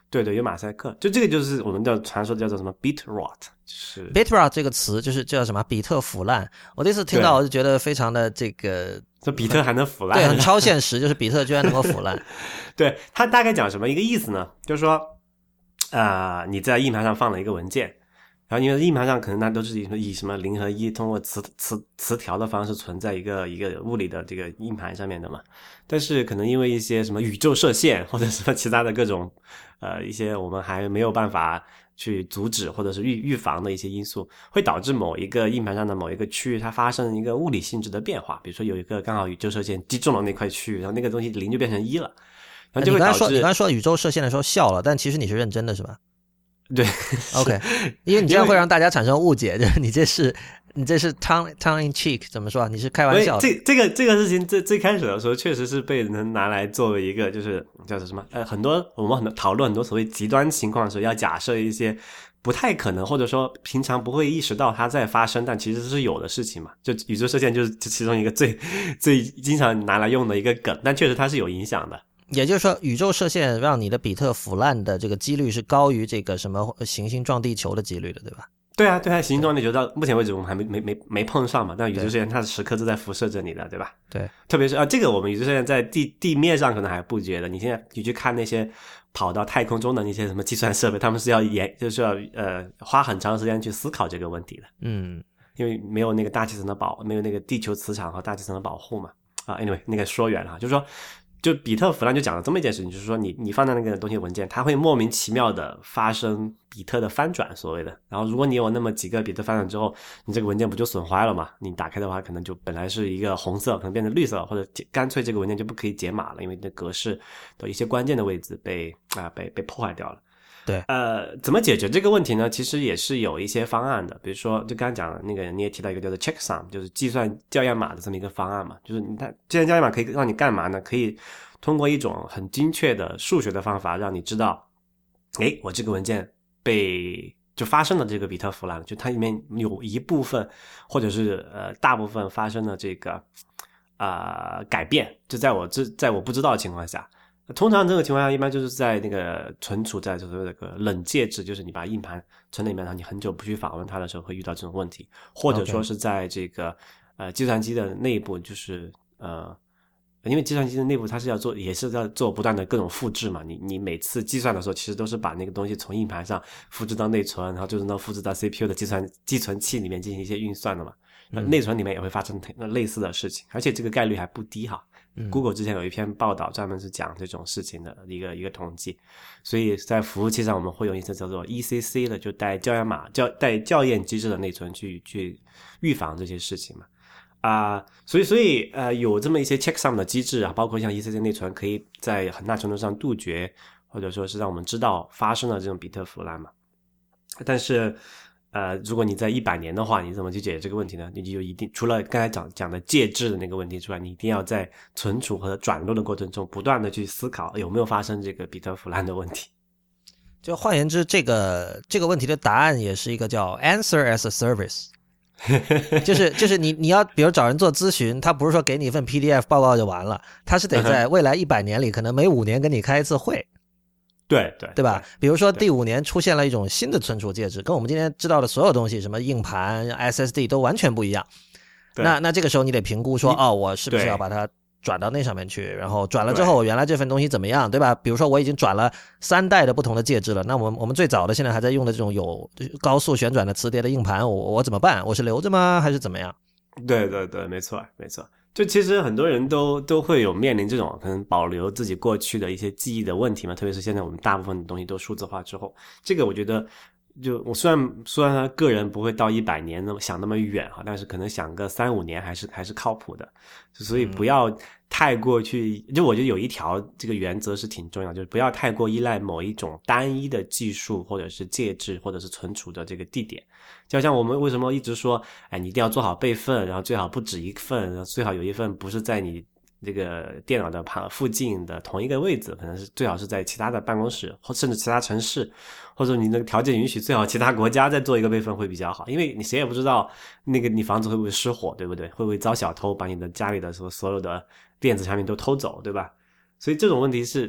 对对，有马赛克，就这个就是我们叫传说叫做什么 bit rot， 就是
bit rot 这个词就是叫什么比特腐烂。我第一次听到我就觉得非常的这个，
这比特还能腐烂，
对，很超现实，就是比特居然能够腐烂。
对，它大概讲什么一个意思呢？就是说，你在硬盘上放了一个文件。然后因为硬盘上可能它都是以什么0和1通过磁条的方式存在一个物理的这个硬盘上面的嘛，但是可能因为一些什么宇宙射线或者什么其他的各种一些我们还没有办法去阻止或者是预防的一些因素，会导致某一个硬盘上的某一个区域它发生一个物理性质的变化，比如说有一个刚好宇宙射线击中了那块区域，然后那个东西0就变成1了，然后就会导致
你刚才说宇宙射线的时候笑了，但其实你是认真的是吧？
对
，OK， 因为你这样会让大家产生误解，就是你这是 tongue in cheek， 怎么说？你是开玩笑的。
这个事情最开始的时候，确实是被人拿来作为一个就是叫做什么我们很多讨论很多所谓极端情况的时候，要假设一些不太可能或者说平常不会意识到它在发生，但其实是有的事情嘛。就宇宙射线就是其中一个最经常拿来用的一个梗，但确实它是有影响的。
也就是说，宇宙射线让你的比特腐烂的这个几率是高于这个什么行星撞地球的几率的，对吧？
对啊，行星撞地球到目前为止我们还没碰上嘛，但宇宙射线它是时刻都在辐射着你的，对吧？
对，
特别是这个我们宇宙射线在地面上可能还不觉得，你现在你去看那些跑到太空中的那些什么计算设备，他们是要花很长时间去思考这个问题的。因为没有那个大气层的没有那个地球磁场和大气层的保护嘛。anyway 那个说远了，就是说就比特腐烂就讲了这么一件事情，就是说你放在那个东西文件，它会莫名其妙的发生比特的翻转，所谓的。然后如果你有那么几个比特翻转之后，你这个文件不就损坏了嘛？你打开的话，可能就本来是一个红色，可能变成绿色，或者干脆这个文件就不可以解码了，因为你的格式的一些关键的位置被破坏掉了。
对，
怎么解决这个问题呢？其实也是有一些方案的，比如说就刚才讲的那个，你也提到一个叫做 checksum， 就是计算校验码的这么一个方案嘛，就是它计算校验码可以让你干嘛呢？可以通过一种很精确的数学的方法，让你知道，我这个文件就发生了这个比特腐烂，就它里面有一部分或者是大部分发生了这个改变，就在我不知道的情况下。通常这个情况下一般就是在那个存储在就是那个冷介质，就是你把硬盘存在里面，然后你很久不去访问它的时候会遇到这种问题，或者说是在这个计算机的内部，就是因为计算机的内部它是也是要做不断的各种复制嘛，你每次计算的时候其实都是把那个东西从硬盘上复制到内存，然后就是能复制到 CPU 的寄存器里面进行一些运算的嘛。内存里面也会发生类似的事情，而且这个概率还不低哈。Google 之前有一篇报道专门是讲这种事情的一个统计，所以在服务器上我们会用一些叫做 ECC 的，就带校验码带校验机制的内存去预防这些事情嘛。所以有这么一些 checksum 的机制啊，包括像 ECC 内存可以在很大程度上杜绝或者说是让我们知道发生了这种比特腐烂嘛。但是如果你在100年的话，你怎么去解决这个问题呢？你就一定除了刚才讲的介质的那个问题之外，你一定要在存储和转录的过程中不断的去思考有没有发生这个比特腐烂的问题。
就换言之，这个问题的答案也是一个叫 answer as a service。就是你要比如找人做咨询，他不是说给你一份 PDF 报告就完了，他是得在未来100年里可能每5年跟你开一次会。对吧？比如说第5年出现了一种新的存储介质，跟我们今天知道的所有东西，什么硬盘 SSD 都完全不一样。那这个时候你得评估说，我是不是要把它转到那上面去，然后转了之后我原来这份东西怎么样，对吧？比如说我已经转了3代的不同的介质了，那我们最早的现在还在用的这种有高速旋转的磁碟的硬盘，我怎么办？我是留着吗？还是怎么样？
对，没错。就其实很多人都会有面临这种可能保留自己过去的一些记忆的问题嘛，特别是现在我们大部分的东西都数字化之后，这个我觉得就我虽然他个人不会到100年想那么远哈，但是可能想个3-5年还是靠谱的，所以不要太过去，就我觉得有一条这个原则是挺重要，就是不要太过依赖某一种单一的技术或者是介质或者是存储的这个地点。就像我们为什么一直说你一定要做好备份，然后最好不止一份，然后最好有一份不是在你这个电脑的附近的同一个位置，可能是最好是在其他的办公室或甚至其他城市，或者你那个条件允许最好其他国家再做一个备份会比较好，因为你谁也不知道那个你房子会不会失火，对不对？会不会遭小偷把你的家里的所有的电子产品都偷走，对吧？所以这种问题是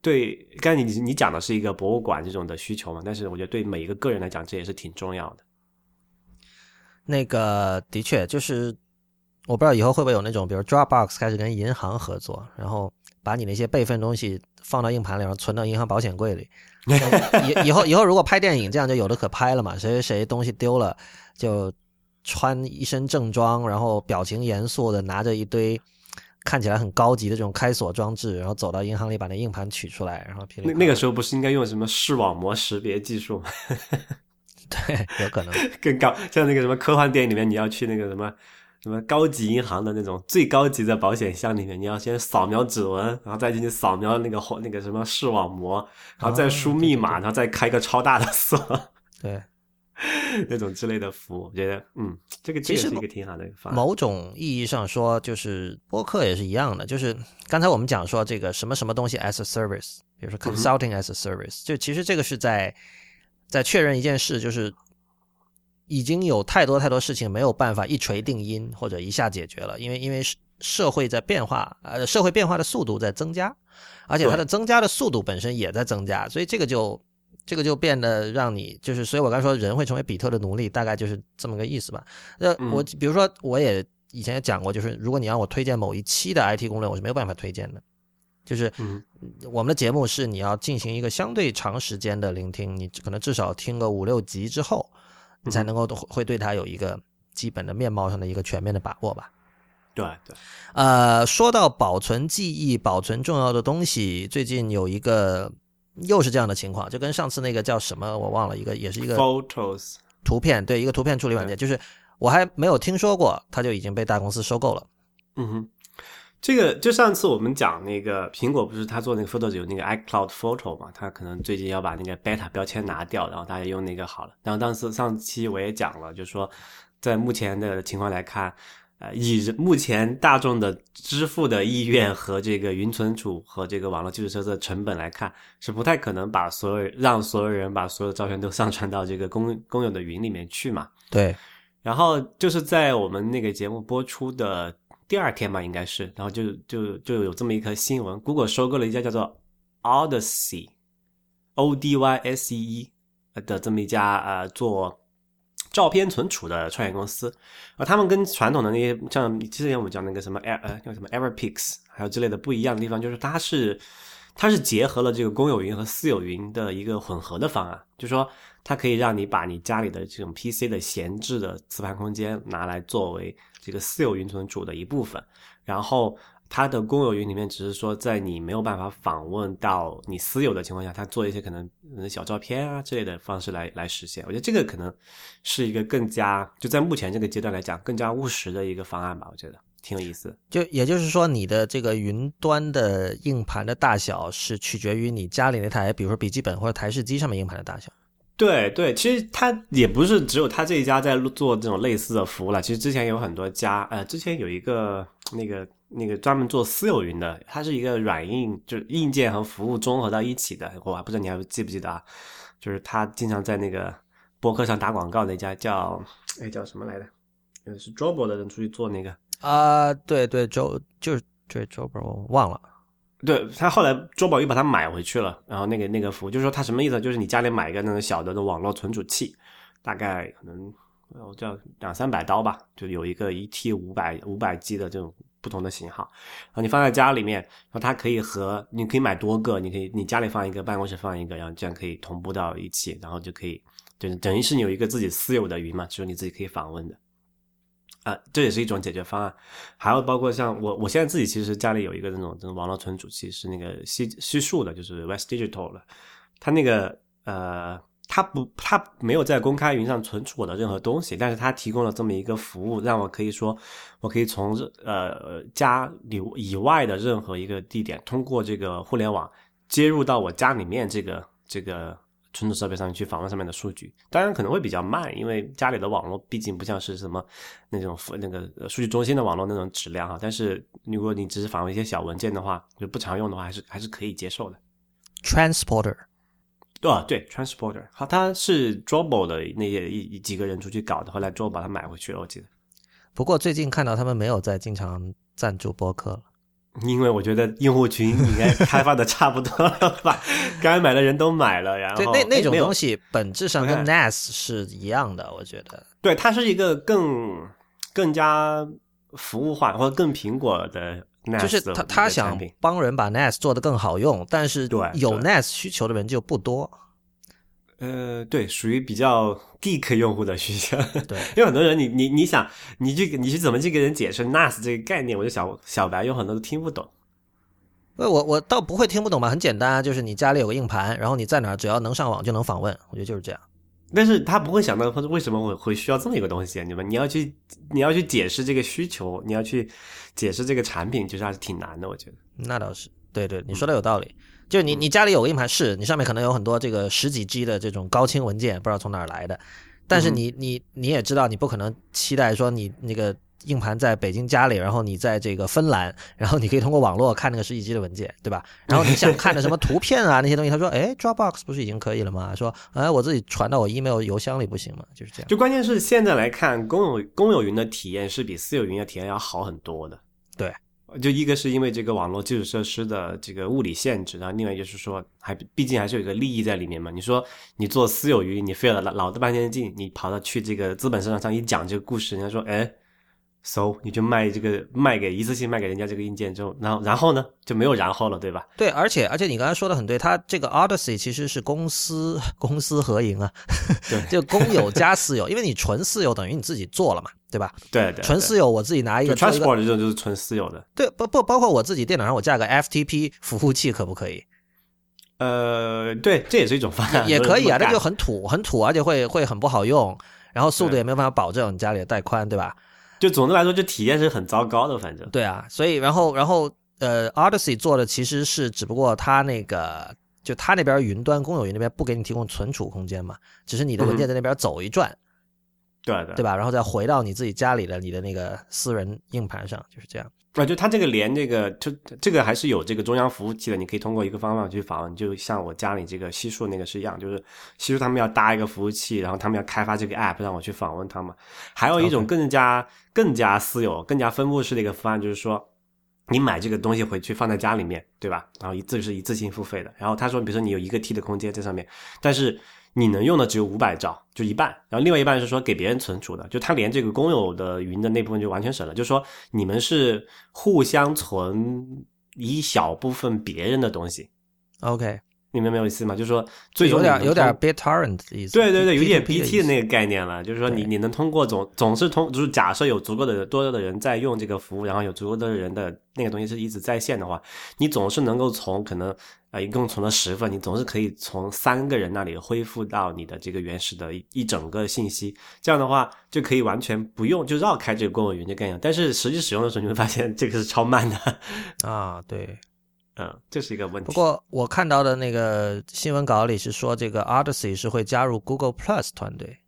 对，刚才你讲的是一个博物馆这种的需求嘛，但是我觉得对每一个个人来讲，这也是挺重要的。
那个的确就是我不知道以后会不会有那种比如 Dropbox 开始跟银行合作，然后把你那些备份东西放到硬盘里，然后存到银行保险柜里。以后如果拍电影，这样就有的可拍了嘛，谁谁谁东西丢了就穿一身正装，然后表情严肃的拿着一堆看起来很高级的这种开锁装置，然后走到银行里把那硬盘取出来，然后
那个时候不是应该用什么视网膜识别技术吗？
对，有可能
更高，像那个什么科幻电影里面，你要去那个什么高级银行的那种最高级的保险箱里面，你要先扫描指纹，然后再进去扫描那个什么视网膜，然后再输密码，
对对对，
然后再开个超大的锁，
对，
那种之类的服务，我觉得这个是一个挺好的一个方案。
某种意义上说，就是播客也是一样的，就是刚才我们讲说这个什么什么东西 as a service， 比如说 consulting as a service，就其实这个是在确认一件事，就是已经有太多事情没有办法一锤定音或者一下解决了，因为社会在变化，社会变化的速度在增加，而且它的增加的速度本身也在增加，所以这个就变得让你就是，所以我刚才说人会成为比特的奴隶，大概就是这么个意思吧。我比如说我也以前也讲过，就是如果你让我推荐某一期的 IT 攻略，我是没有办法推荐的。就是我们的节目是你要进行一个相对长时间的聆听，你可能至少听个5-6集之后，你才能够会对它有一个基本的面貌上的一个全面的把握吧。
对对。
说到保存记忆、保存重要的东西，最近有一个又是这样的情况，就跟上次那个叫什么我忘了，也是一个
Photos
图片，对，一个图片处理软件，就是我还没有听说过，它就已经被大公司收购了。
这个就上次我们讲那个苹果不是他做那个 Photos 有那个 iCloud Photo 嘛，他可能最近要把那个 Beta 标签拿掉，然后大家用那个好了。然后上期我也讲了，就是说在目前的情况来看，以目前大众的支付的意愿和这个云存储和这个网络基础设施的成本来看，是不太可能让所有人把所有的照片都上传到这个公有的云里面去嘛。
对。
然后就是在我们那个节目播出的第2天吧，应该是，然后就有这么一颗新闻 ，Google 收购了一家叫做 Odyssey ODYSEE 的这么一家做照片存储的创业公司。他们跟传统的那些像之前我们讲那个什么叫什么 Everpix 还有之类的不一样的地方，就是它是结合了这个公有云和私有云的一个混合的方案，就是说它可以让你把你家里的这种 PC 的闲置的磁盘空间拿来作为这个私有云存储的一部分，然后它的公有云里面只是说在你没有办法访问到你私有的情况下，它做一些可能小照片啊之类的方式来实现。我觉得这个可能是一个更加就在目前这个阶段来讲更加务实的一个方案吧，我觉得挺有意思的。
也就是说你的这个云端的硬盘的大小是取决于你家里那台比如说笔记本或者台式机上面硬盘的大小。
对对，其实它也不是只有它这一家在做这种类似的服务了，其实之前有很多家之前有一个那个专门做私有云的，它是一个软硬就是硬件和服务综合到一起的，我不知道你还记不记得啊，就是他经常在那个博客上打广告，那家叫什么来的，是 Drobo 的人出去做那个
对对Drobo 我忘了。
对，他后来周宝又把它买回去了，然后那个服务就是说他什么意思，就是你家里买一个那种小的网络存储器，大概可能我叫200-300刀吧，就有一个1T 500G 的这种不同的型号，然后你放在家里面，然后它可以你可以买多个，你家里放一个，办公室放一个，然后这样可以同步到一起，然后就可以就等于是你有一个自己私有的云嘛，只有你自己可以访问的。这也是一种解决方案，还有包括像我现在自己其实家里有一个这种网络存储器，是那个西数的，就是 West Digital 的，它那个它没有在公开云上存储我的任何东西，但是它提供了这么一个服务，让我可以说我可以从家里以外的任何一个地点，通过这个互联网接入到我家里面这个存储设备上去访问上面的数据，当然可能会比较慢，因为家里的网络毕竟不像是什么那种那个数据中心的网络那种质量哈。但是如果你只是访问一些小文件的话，就不常用的话，还是可以接受的。
Transporter，
对 Transporter， 好，他是 Drobo 的那些几个人出去搞的，后来 Drobo 把它买回去了，我记得。
不过最近看到他们没有再经常赞助播客了。
因为我觉得用户群应该开发的差不多了吧，该买的人都买了，然后
对那种东西本质上跟 NAS 是一样的，我觉得。
对，它是一个更加服务化或者更苹果的 NAS
就是他想帮人把 NAS 做得更好用，但是有 NAS 需求的人就不多。
对，属于比较 geek 用户的需求。
对，
因为很多人你想你去怎么去给人解释 NAS 这个概念，我就小白有很多都听不懂。
我倒不会听不懂吧，很简单，就是你家里有个硬盘，然后你在哪儿只要能上网就能访问，我觉得就是这样。
但是他不会想到为什么我会需要这么一个东西，你要去解释这个需求，你要去解释这个产品，其实还是挺难的，我觉得。
那倒是，对，你说的有道理。就是你家里有个硬盘，是你上面可能有很多这个10几 G 的这种高清文件，不知道从哪儿来的。但是你也知道，你不可能期待说你那个硬盘在北京家里，然后你在这个芬兰，然后你可以通过网络看那个10几 G 的文件，对吧？然后你想看的什么图片啊那些东西，他说，哎 ，Dropbox 不是已经可以了吗？说，哎，我自己传到我 email 邮箱里不行吗？就是这样。
就关键是现在来看，公有云的体验是比私有云的体验要好很多的。
对。
就一个是因为这个网络基础设施的这个物理限制，然后另外就是说毕竟还是有一个利益在里面嘛。你说你做私有云，你费了老的半天劲，你跑到去这个资本市场上一讲这个故事，人家说so 你就一次性卖给人家这个硬件之后，然后呢就没有然后了，对吧？
对，而且你刚才说的很对，它这个 Odyssey 其实是公司合营啊，
对，
就公有加私有，因为你纯私有等于你自己做了嘛，对吧？
对，
纯私有我自己拿一个
transport 这种就是纯私有的。
对，不包括我自己电脑上我架个 FTP 服务器可不可以？
对，这也是一种方案，
也可以啊，但就很土，而且会很不好用，然后速度也没有办法保证，你家里的带宽，对吧？
就总的来说，就体验是很糟糕的，反正。
对啊，所以然后Odyssey 做的其实是只不过它那个就它那边云端公有云那边不给你提供存储空间嘛，只是你的文件在那边走一转，对吧？然后再回到你自己家里的你的那个私人硬盘上，就是这样。
就它这个连这个还是有这个中央服务器的，你可以通过一个方法去访问，就像我家里这个西数那个是一样，就是西数他们要搭一个服务器，然后他们要开发这个 app 让我去访问他们。还有一种更加私有、更加分布式的一个方案，就是说你买这个东西回去放在家里面，对吧？然后是一次性付费的。然后他说，比如说你有1T 的空间在上面，但是你能用的只有500兆，就一半，然后另外一半是说给别人存储的，就他连这个公有的云的那部分就完全省了，就是说你们是互相存一小部分别人的东东西。
OK，
你明白我意思吗？就是说最终
有点 BitTorrent 的意思。
对，有点 BT 的那个概念了，就是说你能通过总是就是假设有足够的多的人在用这个服务，然后有足够的人的那个东西是一直在线的话，你总是能够从可能一共存了10份，你总是可以从3个人那里恢复到你的这个原始的一整个信息，这样的话就可以完全不用就绕开这个公有云的概念，但是实际使用的时候你会发现这个是超慢的
啊，对。
这是一个问题。
不过我看到的那个新闻稿里是说，这个 Odyssey 是会加入 Google Plus 团队。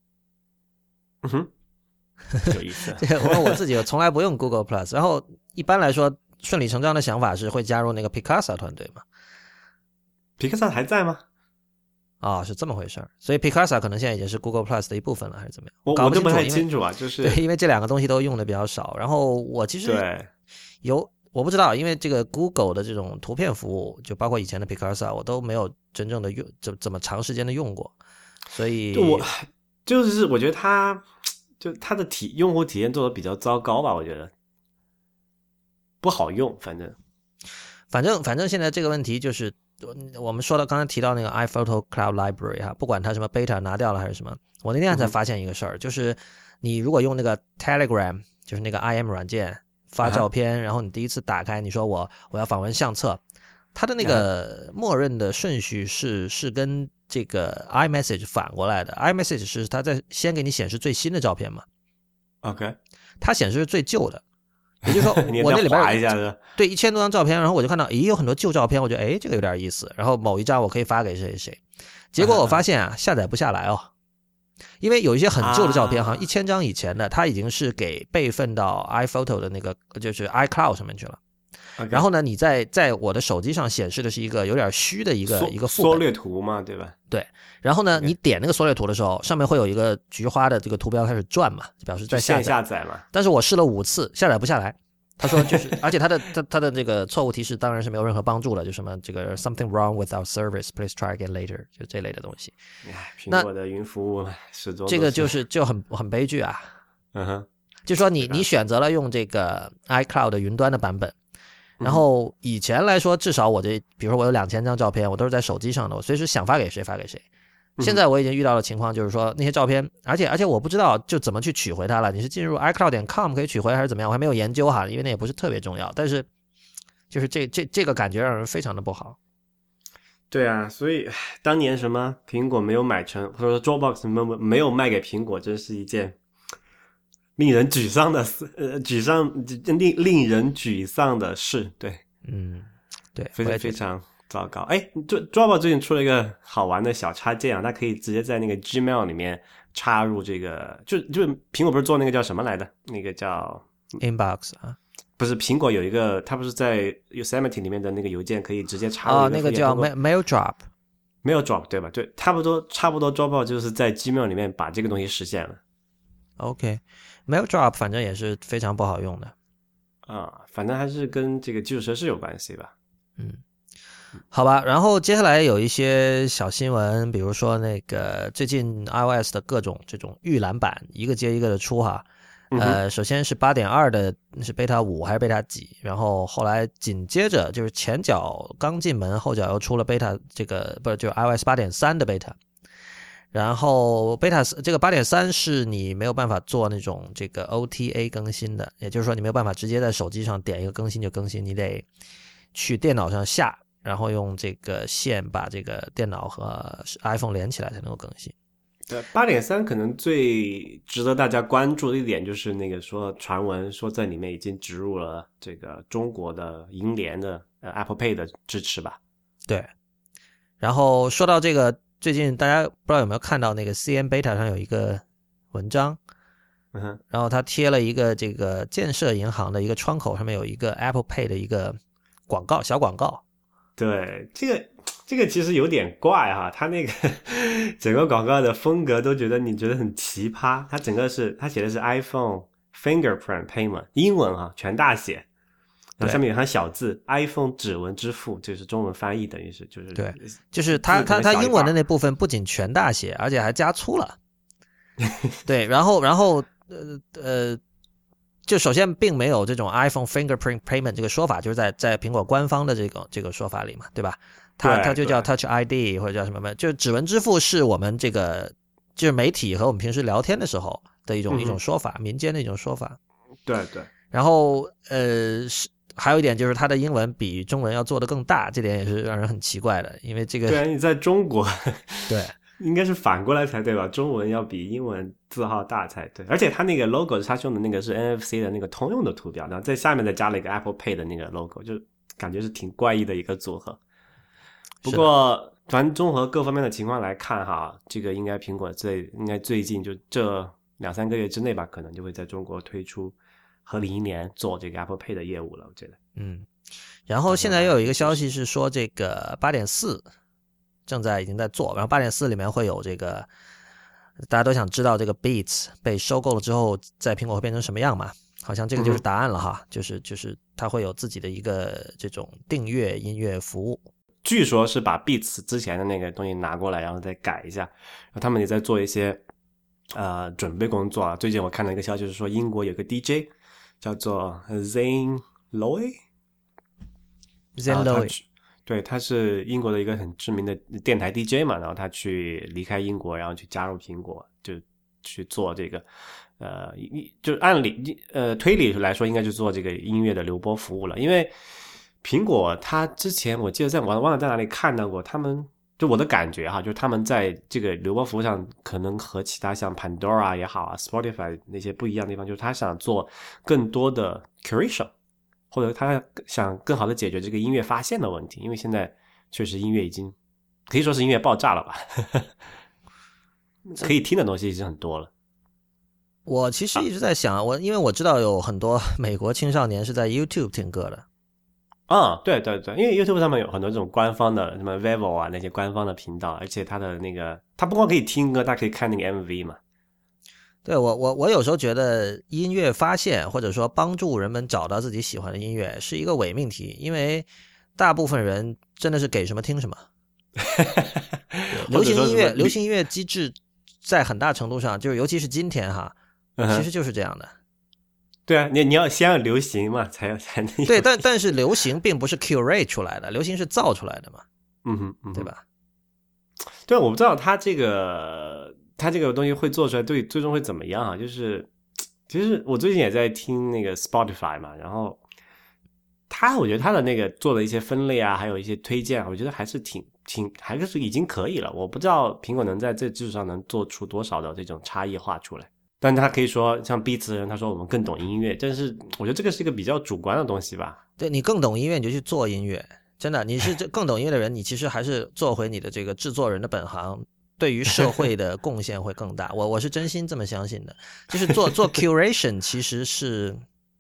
有意思。
我自己从来不用 Google Plus， 然后一般来说顺理成章的想法是会加入那个 Picasa 团队嘛。
Picasa 还在吗？
是这么回事儿，所以 Picasa 可能现在已经是 Google Plus 的一部分了，还是怎么样？
我就不太清楚啊，就是
对，因为这两个东西都用的比较少。然后我其实我不知道，因为这个 Google 的这种图片服务，就包括以前的 Picasa， 我都没有真正的用，怎么长时间的用过，所以
我觉得它的用户体验做的比较糟糕吧，我觉得不好用，反正现在这个问题就是我们说到刚才提到那个 iPhoto Cloud Library 哈，不管它什么 beta 拿掉了还是什么，我那天才发现一个事儿，就是你如果用那个 Telegram， 就是那个 IM 软件发照片，然后你第一次打开，你说我要访问相册，它的那个默认的顺序是跟这个 iMessage 反过来的。iMessage 是它在先给你显示最新的照片嘛 ，OK，
它显示是最旧的，也就是说我那里边对1000多张照片，然后我就看到有很多旧照片，我觉得这个有点意思，然后某一张我可以发给谁谁，结果我发现下载不下来哦。因为有一些很旧的照片，好像1000张以前的，它已经是给备份到 iPhoto 的那个就是 iCloud 上面去了。然后呢，你在我的手机上显示的是一个有点虚的一个副本
缩略图嘛，对吧？
对。然后呢，你点那个缩略图的时候，上面会有一个菊花的这个图标开始转嘛，就表示在
下载嘛。
但是我试了5次，下载不下来。 他说就是，而且他的这个错误提示当然是没有任何帮助了，就什么这个 something wrong with our service, please try again later， 就这类的东西。
苹果的云服务始终
这个就很悲剧啊。
嗯哼，
就说你选择了用这个 iCloud 的云端的版本，然后以前来说，至少比如说我有2000张照片，我都是在手机上的，我随时想发给谁发给谁。现在我已经遇到的情况就是说，那些照片，而且我不知道就怎么去取回它了。你是进入 iCloud.com 可以取回还是怎么样？我还没有研究哈，因为那也不是特别重要。但是就是这个感觉让人非常的不好。
对啊，所以当年什么苹果没有买成，或者说 Dropbox 没有卖给苹果，真是一件令人沮丧的事，令人沮丧的事。对，
对，
非常糟糕。Dropbox 最近出了一个好玩的小插件啊，它可以直接在那个 Gmail 里面插入这个，就苹果不是做那个叫什么来的？那个叫
Inbox 啊，
不是苹果有一个，它不是在 Yosemite 里面的那个邮件可以直接插入
那个叫 Mail Drop。Mail
Drop 对吧？对，差不多 Dropbox 就是在 Gmail 里面把这个东西实现了。
OK，Mail Drop 反正也是非常不好用的
啊，反正还是跟这个基础设施有关系吧。
好吧，然后接下来有一些小新闻，比如说那个最近 iOS 的各种这种预览版一个接一个的出哈。首先是 8.2 的是 beta 5还是 beta 几，然后后来紧接着就是前脚刚进门，后脚又出了 beta 这个不是就 iOS 8.3 的 beta。然后 beta 这个 8.3 是你没有办法做那种这个 OTA 更新的，也就是说你没有办法直接在手机上点一个更新就更新，你得去电脑上下，然后用这个线把这个电脑和 iPhone 连起来才能够更新。
对 8.3 可能最值得大家关注的一点就是那个说传闻说在里面已经植入了这个中国的银联的Apple Pay 的支持吧。
对，然后说到这个，最近大家不知道有没有看到那个 CN Beta 上有一个文章，然后他贴了一个这个建设银行的一个窗口，上面有一个 Apple Pay 的一个广告，小广告。
对，这个其实有点怪哈，他那个整个广告的风格都你觉得很奇葩。他写的是 iPhone Fingerprint Payment， 英文哈，全大写，然后上面有行小字 iPhone 指纹支付，就是中文翻译等于是就是
对，就是他英文的那部分不仅全大写，而且还加粗了。对，然后就首先并没有这种 iPhone Fingerprint Payment 这个说法，就是在苹果官方的这个说法里嘛，对吧？它就叫 Touch ID 或者叫什么，就指纹支付是我们这个就是媒体和我们平时聊天的时候的一种说法，民间的一种说法。
对。
然后还有一点就是它的英文比中文要做得更大，这点也是让人很奇怪的，因为这个
对，你在中国
对。
应该是反过来才对吧？中文要比英文字号大才对，而且它那个 logo 它用的那个是 NFC 的那个通用的图标，然后在下面再加了一个 Apple Pay 的那个 logo， 就感觉是挺怪异的一个组合。不过反正综合各方面的情况来看哈，这个应该苹果应该最近就这2-3个月之内吧，可能就会在中国推出合理1年做这个 Apple Pay 的业务了，我觉得。
然后现在又有一个消息是说这个 8.4已经在做，然后 8.4 里面会有这个，大家都想知道这个 Beats 被收购了之后在苹果会变成什么样嘛？好像这个就是答案了哈，就是它会有自己的一个这种订阅音乐服务。
据说是把 Beats 之前的那个东西拿过来，然后再改一下，然后他们也在做一些准备工作啊。最近我看到一个消息是说，英国有个 DJ 叫做 Zane Lowe， 对，他是英国的一个很知名的电台 DJ 嘛，然后他离开英国，然后去加入苹果，就去做这个就按理推理来说应该就做这个音乐的流播服务了。因为苹果他之前我记得忘了在哪里看到过，他们就我的感觉哈，就是他们在这个流播服务上可能和其他像 Pandora 也好啊 Spotify 那些不一样的地方，就是他想做更多的 curation，或者他想更好的解决这个音乐发现的问题，因为现在确实音乐已经可以说是音乐爆炸了吧可以听的东西已经很多了。
我其实一直在想，因为我知道有很多美国青少年是在 YouTube 听歌的。
对，因为 YouTube 上面有很多这种官方的什么 Vevo 啊那些官方的频道，而且它的那个它不光可以听歌，它可以看那个 MV 嘛。
对，我有时候觉得音乐发现或者说帮助人们找到自己喜欢的音乐是一个伪命题，因为大部分人真的是给什么听什么。流行音乐机制在很大程度上就是尤其是今天哈，其实就是这样的。
对啊，你要先要流行嘛，才能
对，但是流行并不是 curate 出来的，流行是造出来的嘛，对吧？
对，我不知道他这个东西会做出来，对，最终会怎么样啊？就是其实我最近也在听那个 Spotify 嘛，然后我觉得他的那个做的一些分类啊，还有一些推荐啊，我觉得还是还是已经可以了。我不知道苹果能在这基础上能做出多少的这种差异化出来。但他可以说像 Beats 的人，他说我们更懂音乐，但是我觉得这个是一个比较主观的东西吧。
对，你更懂音乐你就去做音乐，真的，你是更懂音乐的人，你其实还是做回你的这个制作人的本行，对于社会的贡献会更大。我是真心这么相信的，就是做 curation 其实是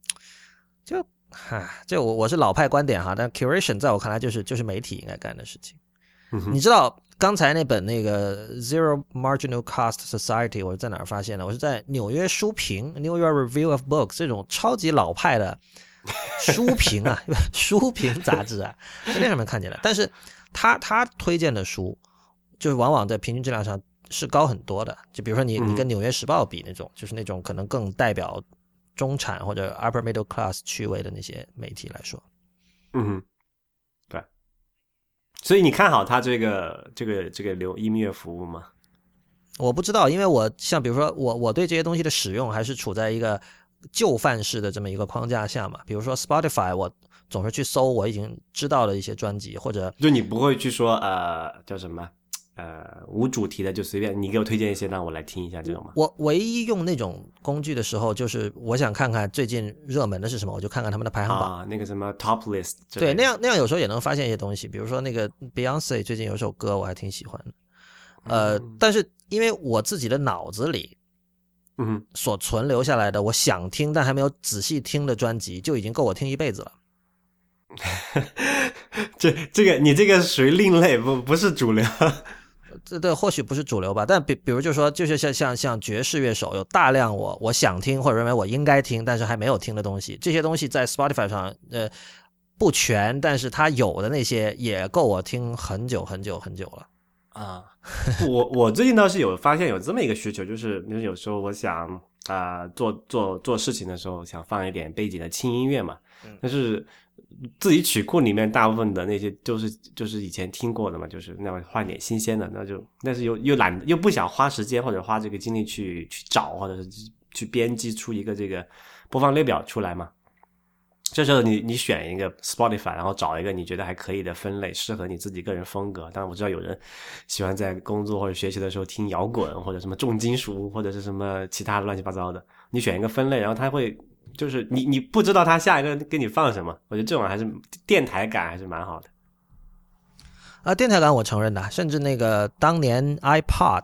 就我是老派观点哈，但 curation 在我看来就是媒体应该干的事情。你知道刚才那本那个 Zero Marginal Cost Society 我是在哪儿发现的？我是在纽约书评 New York Review of Books 这种超级老派的书评啊书评杂志啊，在那上面看见了。但是他推荐的书就是往往在平均质量上是高很多的，就比如说你跟纽约时报比那种，就是那种可能更代表中产或者 upper middle class 趣味的那些媒体来说。
对。所以你看好他这个音乐服务吗？
我不知道，因为我像比如说我对这些东西的使用还是处在一个旧范式的这么一个框架下嘛。比如说 Spotify 我总是去搜我已经知道的一些专辑，或者
就你不会去说叫什么无主题的就随便你给我推荐一些让我来听一下这种吗？
我唯一用那种工具的时候就是我想看看最近热门的是什么，我就看看他们的排行榜
那个什么 top list。
对，那样有时候也能发现一些东西，比如说那个 Beyonce 最近有首歌我还挺喜欢的。但是因为我自己的脑子里所存留下来的我想听但还没有仔细听的专辑就已经够我听一辈子了。
这个你这个属于另类，不是主流。
对，或许不是主流吧，但比如就说，就是像爵士乐手有大量我想听或者认为我应该听但是还没有听的东西，这些东西在 Spotify 上不全，但是它有的那些也够我听很久很久很久了
啊。我最近倒是有发现有这么一个需求，就是有时候我想做事情的时候想放一点背景的轻音乐嘛，但是自己曲库里面大部分的那些就是以前听过的嘛，就是那么换点新鲜的，但是又懒又不想花时间或者花这个精力去找或者是去编辑出一个这个播放列表出来嘛。这时候你选一个 Spotify， 然后找一个你觉得还可以的分类，适合你自己个人风格。当然我知道有人喜欢在工作或者学习的时候听摇滚或者什么重金属或者是什么其他乱七八糟的，你选一个分类，然后它会就是你不知道他下一个给你放什么，我觉得这种还是电台感还是蛮好的。
电台感我承认的，甚至那个当年 iPod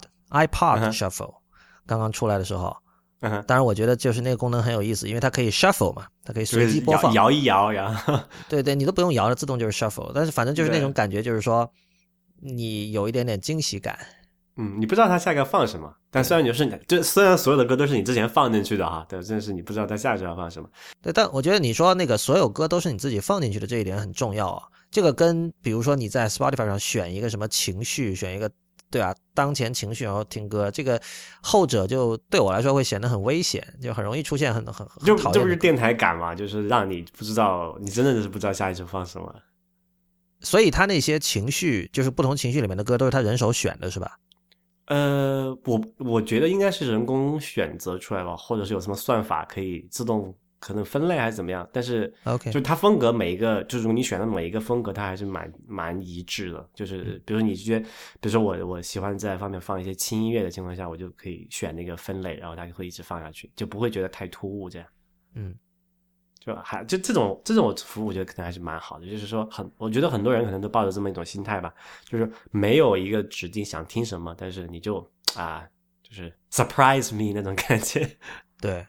Shuffle 刚刚出来的时候，当然我觉得就是那个功能很有意思，因为它可以 shuffle 嘛，它可以随机播放，
摇一摇，然后
对，你都不用摇了，自动就是 shuffle。但是反正就是那种感觉，就是说你有一点点惊喜感。
你不知道他下一个放什么，但虽然虽然所有的歌都是你之前放进去的哈，但是你不知道他下一首要放什么。
对，但我觉得你说那个所有歌都是你自己放进去的这一点很重要啊。这个跟比如说你在 Spotify 上选一个什么情绪，选一个对啊当前情绪然后听歌，这个后者就对我来说会显得很危险，就很容易出现很讨厌的。
这不是电台感嘛，就是让你不知道，你真的是不知道下一首放什么。
所以他那些情绪就是不同情绪里面的歌都是他人手选的是吧？
我觉得应该是人工选择出来吧，或者是有什么算法可以自动可能分类还是怎么样，但是
OK
就是它风格每一个，就是如果你选的每一个风格它还是蛮一致的，就是比如说你觉得比如说我喜欢在方面放一些轻音乐的情况下，我就可以选那个分类，然后它会一直放下去，就不会觉得太突兀这样。就这种服务我觉得可能还是蛮好的，就是说我觉得很多人可能都抱着这么一种心态吧，就是没有一个指定想听什么，但是你就就是 surprise me 那种感觉。
对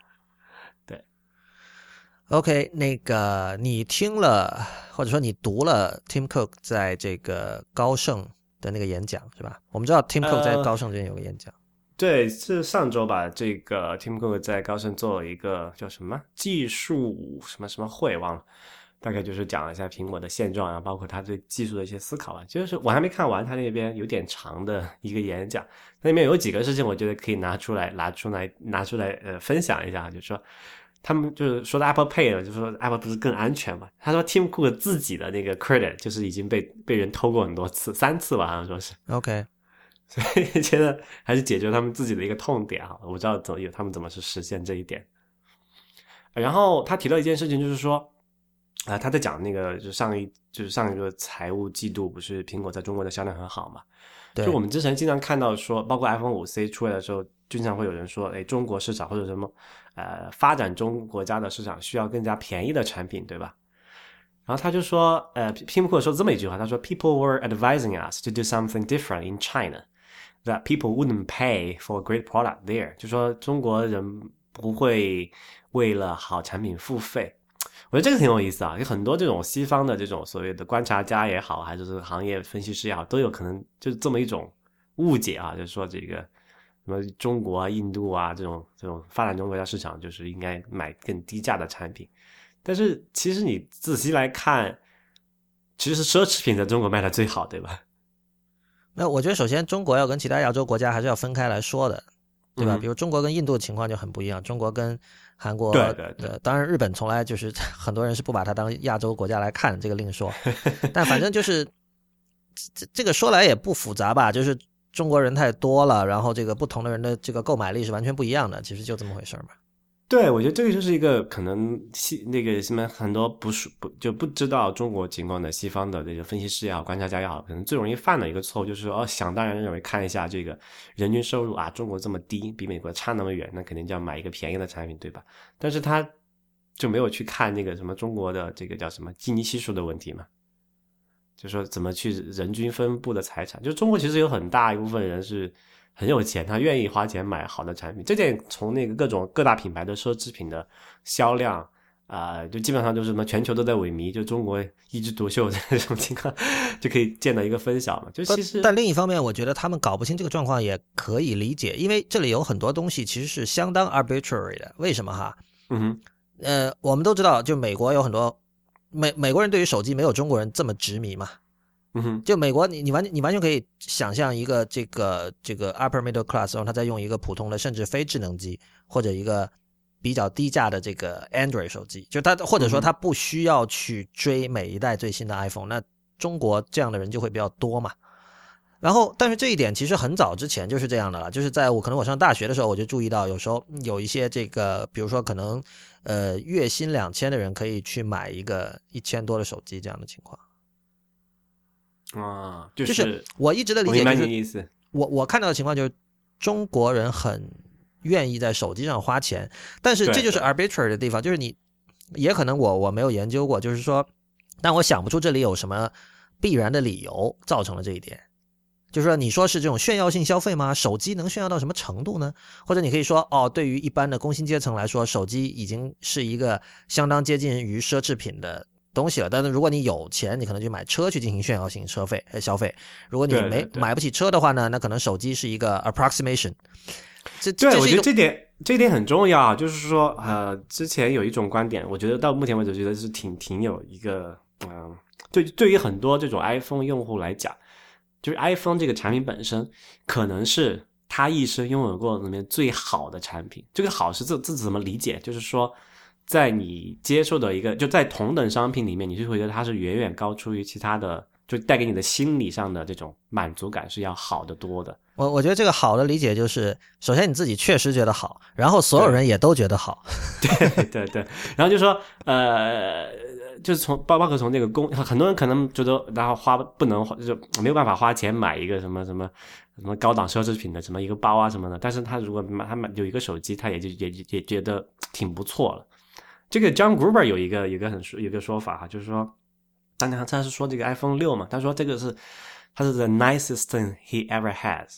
OK， 那个你听了或者说你读了 Tim Cook 在这个高盛的那个演讲是吧？我们知道 Tim Cook 在高盛这边有个演讲。
对，是上周吧，这个 Tim Cook 在高盛做了一个叫什么技术什么什么会，忘了，大概就是讲了一下苹果的现状啊，包括他对技术的一些思考啊。就是我还没看完他那边有点长的一个演讲，那里面有几个事情，我觉得可以拿出来分享一下，就是说他们就是说的 Apple Pay 了，就说 Apple 不是更安全嘛？他说 Tim Cook 自己的那个 credit 就是已经被人偷过很多次，3次吧，好像说是。
OK。
所以觉得还是解决他们自己的一个痛点啊，我不知道他们怎么去实现这一点。然后他提到一件事情，就是说，他在讲那个上一个财务季度，不是苹果在中国的销量很好嘛？
对，
就我们之前经常看到说，包括 iPhone 5C 出来的时候，经常会有人说，哎，中国市场或者什么发展中国家的市场需要更加便宜的产品，对吧？然后他就说Tim Cook 说这么一句话，他说 People were advising us to do something different in China.That people wouldn't pay for a great product there， 就说中国人不会为了好产品付费。我觉得这个挺有意思啊，有很多这种西方的这种所谓的观察家也好，还是行业分析师也好，都有可能就是这么一种误解啊，就是说这个什么中国啊、印度啊这种发展中国家市场，就是应该买更低价的产品。但是其实你仔细来看，其实奢侈品在中国卖的最好，对吧？
那我觉得首先中国要跟其他亚洲国家还是要分开来说的，对吧？比如中国跟印度的情况就很不一样，中国跟韩国，
对，
当然日本从来就是很多人是不把它当亚洲国家来看，这个另说。但反正就是这个说来也不复杂吧，就是中国人太多了，然后这个不同的人的这个购买力是完全不一样的，其实就这么回事嘛。
对，我觉得这个就是一个可能那个什么很多不知道中国情况的西方的这个分析师也好、观察家也好，可能最容易犯的一个错误就是说，想当然认为看一下这个人均收入啊，中国这么低，比美国差那么远，那肯定就要买一个便宜的产品，对吧？但是他就没有去看那个什么中国的这个叫什么基尼系数的问题嘛，就说怎么去人均分布的财产，就中国其实有很大一部分人是很有钱，他愿意花钱买好的产品，这点从那个各大品牌的奢侈品的销量就基本上就是什么全球都在萎靡，就中国一枝独秀这种情况就可以见到一个分晓嘛。就其实，
但另一方面，我觉得他们搞不清这个状况也可以理解，因为这里有很多东西其实是相当 arbitrary 的。为什么哈？我们都知道，就美国有很多美国人对于手机没有中国人这么执迷嘛。就美国你完全可以想象一个这个 upper middle class， 然后他再用一个普通的甚至非智能机或者一个比较低价的这个 Android 手机，就他或者说他不需要去追每一代最新的 iPhone，那中国这样的人就会比较多嘛。然后但是这一点其实很早之前就是这样的了，就是在可能我上大学的时候我就注意到，有时候有一些这个比如说可能月薪2000的人可以去买一个1000多的手机这样的情况。就是我一直的理解就是我看到的情况就是中国人很愿意在手机上花钱，但是这就是 arbitrary 的地方，就是你也可能我没有研究过，就是说但我想不出这里有什么必然的理由造成了这一点。就是说你说是这种炫耀性消费吗？手机能炫耀到什么程度呢？或者你可以说对于一般的工薪阶层来说，手机已经是一个相当接近于奢侈品的东西了，但是如果你有钱，你可能就买车去进行炫耀性消费。如果你买不起车的话呢，那可能手机是一个 approximation。
对，我觉得这一点很重要，就是说之前有一种观点，我觉得到目前为止觉得是挺有一个对于很多这种 iPhone 用户来讲，就是 iPhone 这个产品本身可能是他一生拥有过里面最好的产品。这个好是这怎么理解？就是说在你接受的一个就在同等商品里面，你就会觉得它是远远高出于其他的，就带给你的心理上的这种满足感是要好得多的。
我觉得这个好的理解就是，首先你自己确实觉得好，然后所有人也都觉得好。
对，然后就说就是包括从这个很多人可能觉得，然后不能就没有办法花钱买一个什么高档奢侈品的什么一个包啊什么的，但是他如果他买有一个手机，他也觉得挺不错了。这个 John Gruber 有一个说法哈，就是说，当年他是说这个 iPhone 6嘛，他说这个他是 the nicest thing he ever has。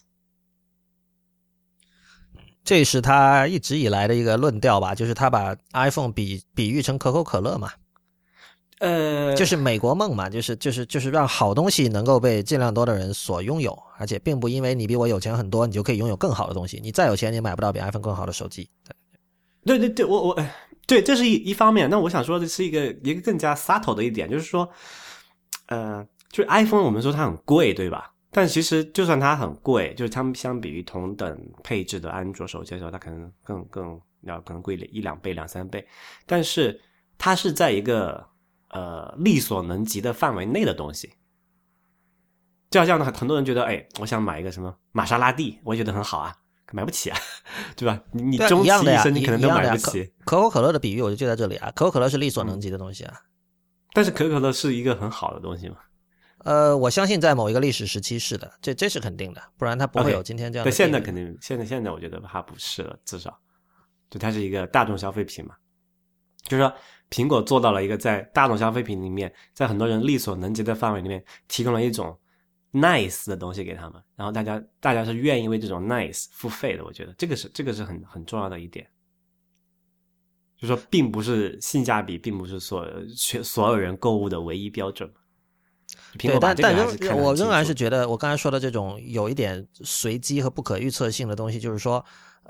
这是他一直以来的一个论调吧，就是他把 iPhone 比喻成可口可乐嘛。 就是美国梦嘛，就是让好东西能够被尽量多的人所拥有，而且并不因为你比我有钱很多，你就可以拥有更好的东西。你再有钱，你买不到比 iPhone 更好的手机。
对，对，这是一方面。那我想说的是一个更加 subtle 的一点，就是说，就是 iPhone 我们说它很贵，对吧？但其实就算它很贵，就是它们相比于同等配置的安卓手机的时候，它可能可能贵一两倍、两三倍，但是它是在一个力所能及的范围内的东西。就好像很多人觉得，我想买一个什么玛莎拉蒂，我也觉得很好啊，买不起啊，对吧？你终其一生你可能都买不起。
可口可乐的比喻我就在这里啊，可口可乐是力所能及的东西啊。
但是可口可乐是一个很好的东西吗？
我相信在某一个历史时期是的，这是肯定的，不然它不会有今天这样的。
对，现在肯定，现在我觉得它不是了，至少，就它是一个大众消费品嘛。就是说，苹果做到了一个在大众消费品里面，在很多人力所能及的范围里面，提供了一种 nice 的东西给他们，然后大家是愿意为这种 nice 付费的。我觉得这个是很重要的一点。就是说，并不是性价比，并不是所有人购物的唯一标准。
对，但我仍然是觉得，我刚才说的这种有一点随机和不可预测性的东西，就是说，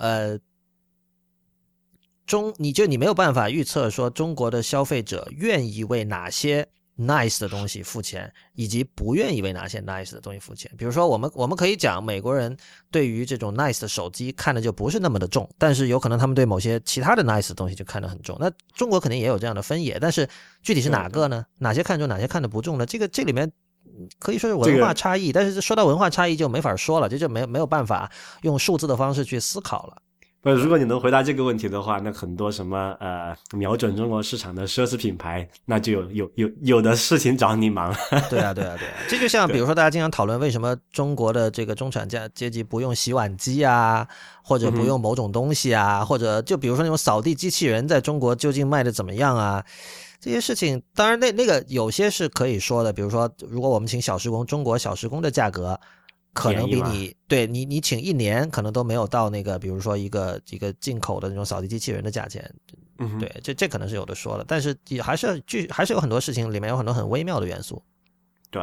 你没有办法预测说中国的消费者愿意为哪些 nice 的东西付钱，以及不愿意为哪些 nice 的东西付钱。比如说，我们可以讲美国人对于这种 nice 的手机看的就不是那么的重，但是有可能他们对某些其他的 nice 的东西就看得很重。那中国肯定也有这样的分野，但是具体是哪个呢？哪些看重，哪些看得不重呢？这里面可以说是文化差异，但是说到文化差异就没法说了，这就没有办法用数字的方式去思考了。
如果你能回答这个问题的话，那很多什么瞄准中国市场的奢侈品牌，那就有的事情找你忙。
对啊，这就像比如说大家经常讨论为什么中国的这个中产阶级不用洗碗机啊，或者不用某种东西啊，或者就比如说那种扫地机器人在中国究竟卖的怎么样啊？这些事情当然那个有些是可以说的，比如说如果我们请小时工，中国小时工的价格可能比你请一年可能都没有到那个比如说一个进口的那种扫地机器人的价钱。对，这可能是有的说的，但是还是有很多事情里面有很多很微妙的元素。
对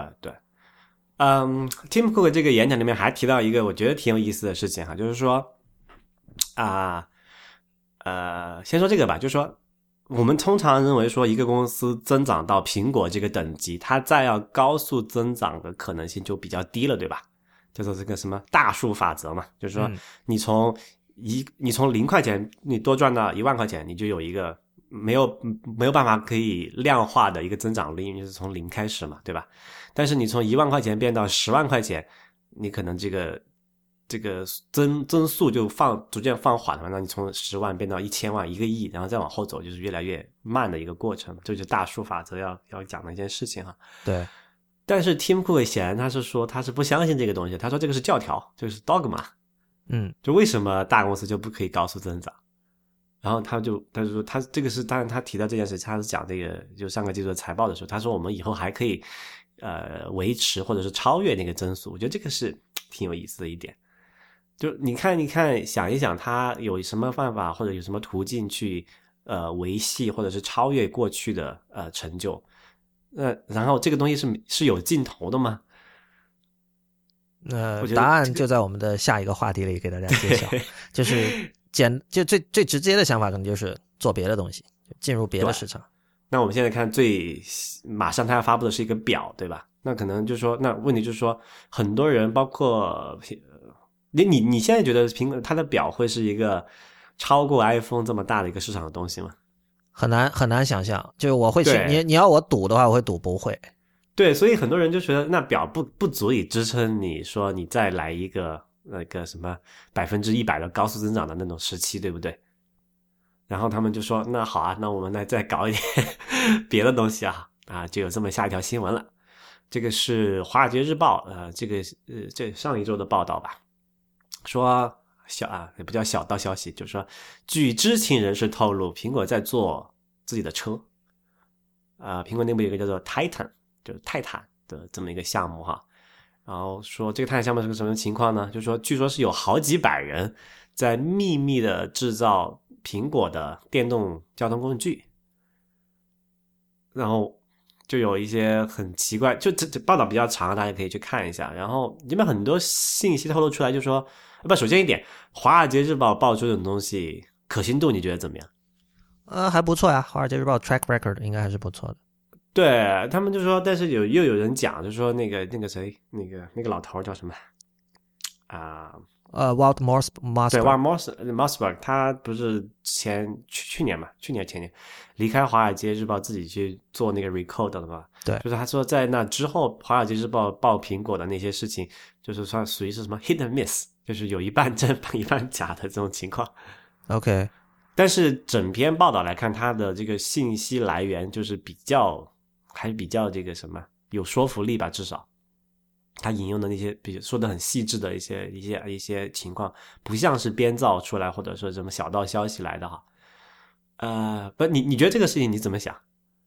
，Tim Cook 这个演讲里面还提到一个我觉得挺有意思的事情哈，就是说先说这个吧，就是说我们通常认为说一个公司增长到苹果这个等级，它再要高速增长的可能性就比较低了，对吧？叫做这个什么大数法则嘛，就是说你从0块钱你多赚到1万块钱，你就有一个没有办法可以量化的一个增长率，因为是从0开始嘛，对吧？但是你从1万块钱变到10万块钱，你可能这个增速就逐渐放缓了，那你从10万变到1000万、1个亿，然后再往后走，就是越来越慢的一个过程，这就是大数法则要讲的一件事情哈。
对。
但是 Tim Cook 显然他是不相信这个东西，他说这个是教条，这个是 dogma。就为什么大公司就不可以高速增长？然后他就说他这个是，当然他提到这件事，他是讲这个就上个季度的财报的时候，他说我们以后还可以维持或者是超越那个增速，我觉得这个是挺有意思的一点。就你看想一想，他有什么办法或者有什么途径去维系或者是超越过去的成就？然后这个东西是有尽头的吗？
答案就在我们的下一个话题里给大家揭晓。就是最直接的想法可能就是做别的东西，进入别的市场。
那我们现在看马上他要发布的是一个表，对吧？那可能就是说，那问题就是说，很多人包括你现在觉得苹果它的表会是一个超过 iPhone 这么大的一个市场的东西吗？很
难想象，就我会你要我赌的话，我会赌不会。
对，所以很多人就觉得那表不足以支撑你说你再来一个那个什么100%的高速增长的那种时期，对不对？然后他们就说那好啊，那我们来再搞一点别的东西啊，就有这么下一条新闻了。这个是华尔街日报这上一周的报道吧，说也不叫小道消息，就是说据知情人士透露，苹果在做自己的车。苹果内部有一个叫做 Titan， 就是泰坦的这么一个项目哈。然后说这个泰坦项目是个什么情况呢？就是说据说是有好几百人在秘密的制造苹果的电动交通工具，然后就有一些很奇怪，就这报道比较长，大家可以去看一下。然后里面很多信息透露出来，就说不，首先一点，《华尔街日报》爆出这种东西，可信度你觉得怎么样？
还不错呀，《华尔街日报》track record 应该还是不错的。
对他们就说，但是又有人讲，就说那个谁，那个老头叫什么啊
？Walt Mossberg，
对 ，Walt Mossberg， 他不是去年前年离开《华尔街日报》自己去做那个 Recode 了嘛？
对，
就是他说在那之后，《华尔街日报》报苹果的那些事情，就是算属于是什么 hit and miss， 就是有一半真一半假的这种情况。
OK，
但是整篇报道来看，它的这个信息来源就是还是比较这个什么有说服力吧，至少。他引用的那些说的很细致的一些情况，不像是编造出来或者说什么小道消息来的哈。不，你觉得这个事情你怎么想？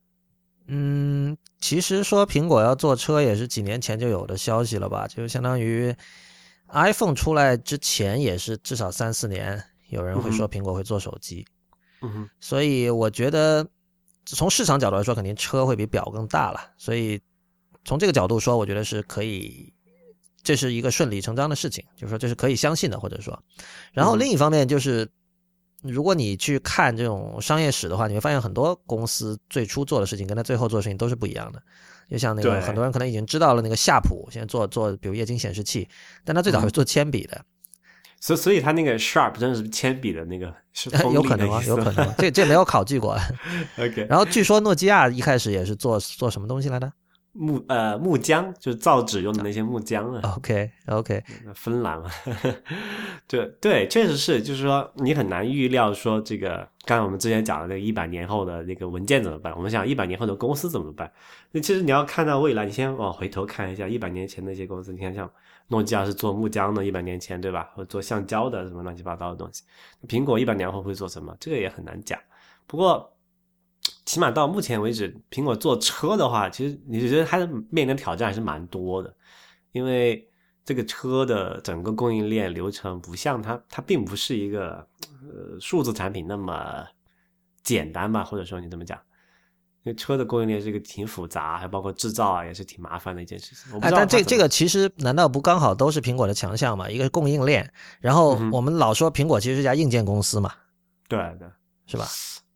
其实说苹果要做车也是几年前就有的消息了吧，就相当于 iPhone 出来之前也是至少3-4年有人会说苹果会做手机。所以我觉得从市场角度来说，肯定车会比表更大了，所以从这个角度说，我觉得是可以，这是一个顺理成章的事情，就是说这是可以相信的，或者说，然后另一方面就是，如果你去看这种商业史的话，你会发现很多公司最初做的事情跟他最后做的事情都是不一样的。就像那个很多人可能已经知道了那个夏普现在做比如液晶显示器，但他最早是做铅笔的。
所以他那个 Sharp 真的是铅笔的那个是
有可能啊，有可能，这没有考据过。
OK，
然后据说诺基亚一开始也是做什么东西来的？
木浆，就是造纸用的那些木浆啊。
OK，
芬兰嘛。对，确实是，就是说你很难预料说这个，刚才我们之前讲的那个100年后的那个文件怎么办？我们想100年后的公司怎么办？那其实你要看到未来，你先往回头看一下100年前那些公司，你看像诺基亚是做木浆的，100年前对吧？或者做橡胶的什么乱七八糟的东西。苹果100年后会做什么？这个也很难讲。不过起码到目前为止，苹果做车的话，其实你觉得它的面临的挑战还是蛮多的，因为这个车的整个供应链流程不像它并不是一个数字产品那么简单吧，或者说你怎么讲？因为车的供应链是一个挺复杂，还包括制造啊，也是挺麻烦的一件事情。
但这个其实难道不刚好都是苹果的强项吗？一个是供应链，然后我们老说苹果其实是家硬件公司嘛，
对，
是吧？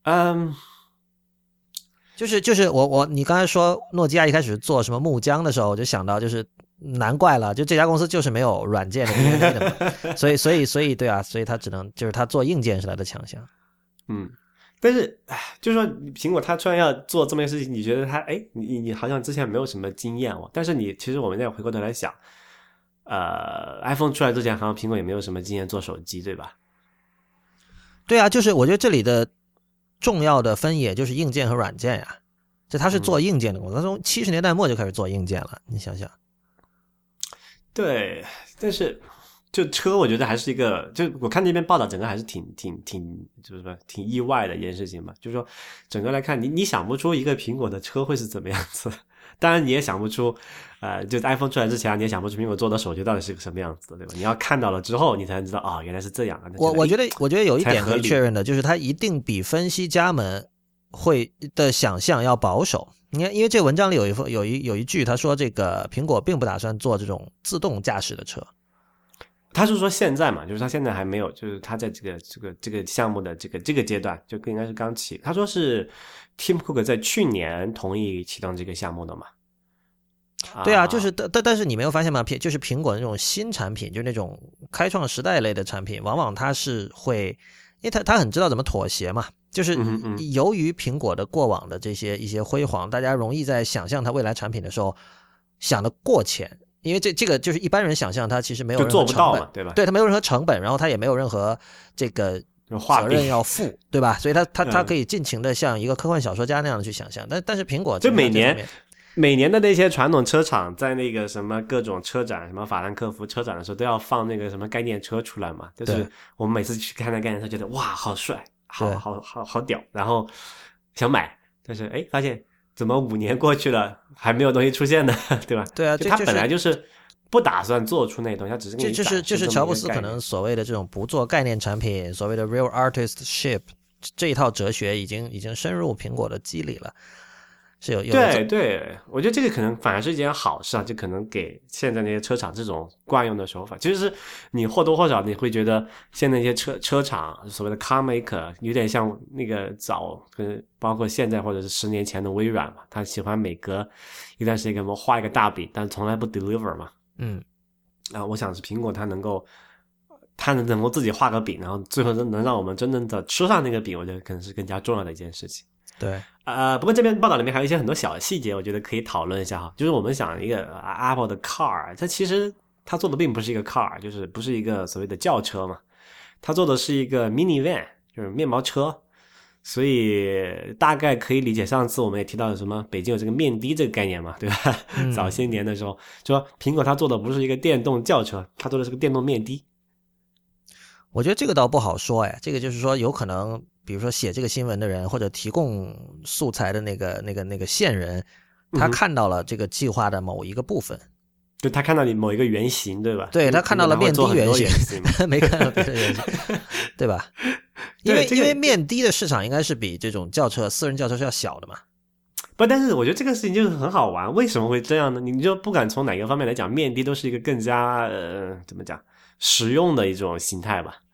就是你刚才说诺基亚一开始做什么木浆的时候，我就想到就是难怪了，就这家公司就是没有软件的能力的嘛，所以对啊，所以他只能就是他做硬件是他的强项。
但是就是说苹果他突然要做这么一件事情，你觉得他你好像之前没有什么经验哦，但是其实我们再回过头来想，iPhone 出来之前好像苹果也没有什么经验做手机，对吧？
对啊，就是我觉得这里的重要的分野就是硬件和软件呀，他是做硬件的公司，他从70年代末就开始做硬件了，你想想。
对，但是就车，我觉得还是一个，就我看那篇报道，整个还是挺就是说挺意外的一件事情吧。就是说，整个来看，你想不出一个苹果的车会是怎么样子，当然你也想不出，就 iPhone 出来之前，你也想不出苹果做的手机到底是个什么样子的，对吧？你要看到了之后，你才能知道啊，原来是这样。
我觉得有一点可以确认的，就是它一定比分析家们的想象要保守。你看，因为这文章里有一句，他说这个苹果并不打算做这种自动驾驶的车。
他是说现在嘛，就是他现在还没有，就是他在这个项目的这个阶段，就应该是刚起。他说是 Tim Cook 在去年同意启动这个项目的嘛。
对啊，就是但是你没有发现吗？就是苹果那种新产品，就是那种开创时代类的产品，往往它是会，因为他很知道怎么妥协嘛。就是由于苹果的过往的一些辉煌，大家容易在想象它未来产品的时候想得过前。因为这个就是一般人想象它其实没有任何成本，就做不到嘛，
对吧？
对，它没有任何成本，然后它也没有任何这个责任要负，对吧？所以它可以尽情的像一个科幻小说家那样的去想象。但是苹果
就每年的那些传统车厂在那个什么各种车展，什么法兰克福车展的时候，都要放那个什么概念车出来嘛。就是我们每次去看那概念车，觉得哇，好帅，好屌，然后想买，但是发现。怎么5年过去了还没有东西出现呢？对吧？
对啊，
他本来就是不打算做出那些东西，他只是给你
就是乔布斯可能所谓的这种不做概念产品，所谓的 real artistship 这一套哲学已经深入苹果的肌理了。 是有
对对，我觉得这个可能反而是一件好事啊，就可能给现在那些车厂这种惯用的手法，其实是你或多或少你会觉得现在那些车厂所谓的 car maker 有点像那个包括现在或者是10年前的微软嘛，他喜欢每隔一段时间给我们画一个大饼，但从来不 deliver 嘛。我想是苹果它能够自己画个饼，然后最后能让我们真正的吃上那个饼，我觉得可能是更加重要的一件事情。
对，
不过这边报道里面还有一些很多小细节，我觉得可以讨论一下哈。就是我们想一个 Apple 的 car， 它其实它做的并不是一个 car， 就是不是一个所谓的轿车嘛，它做的是一个 minivan， 就是面包车。所以大概可以理解，上次我们也提到什么北京有这个面的这个概念嘛，对吧？早些年的时候，就说苹果它做的不是一个电动轿车，它做的是个电动面的。
我觉得这个倒不好说哎，这个就是说有可能，比如说写这个新闻的人或者提供素材的那个线人，他看到了这个计划的某一个部分，
就他看到你某一个原型，对吧？
对，他看到了面的原型，没看到别的原型，对吧？因为面的的市场应该是比这种私人轿车是要小的嘛。
不，但是我觉得这个事情就是很好玩，为什么会这样呢？你就不管从哪个方面来讲，面的都是一个更加怎么讲实用的一种形态吧。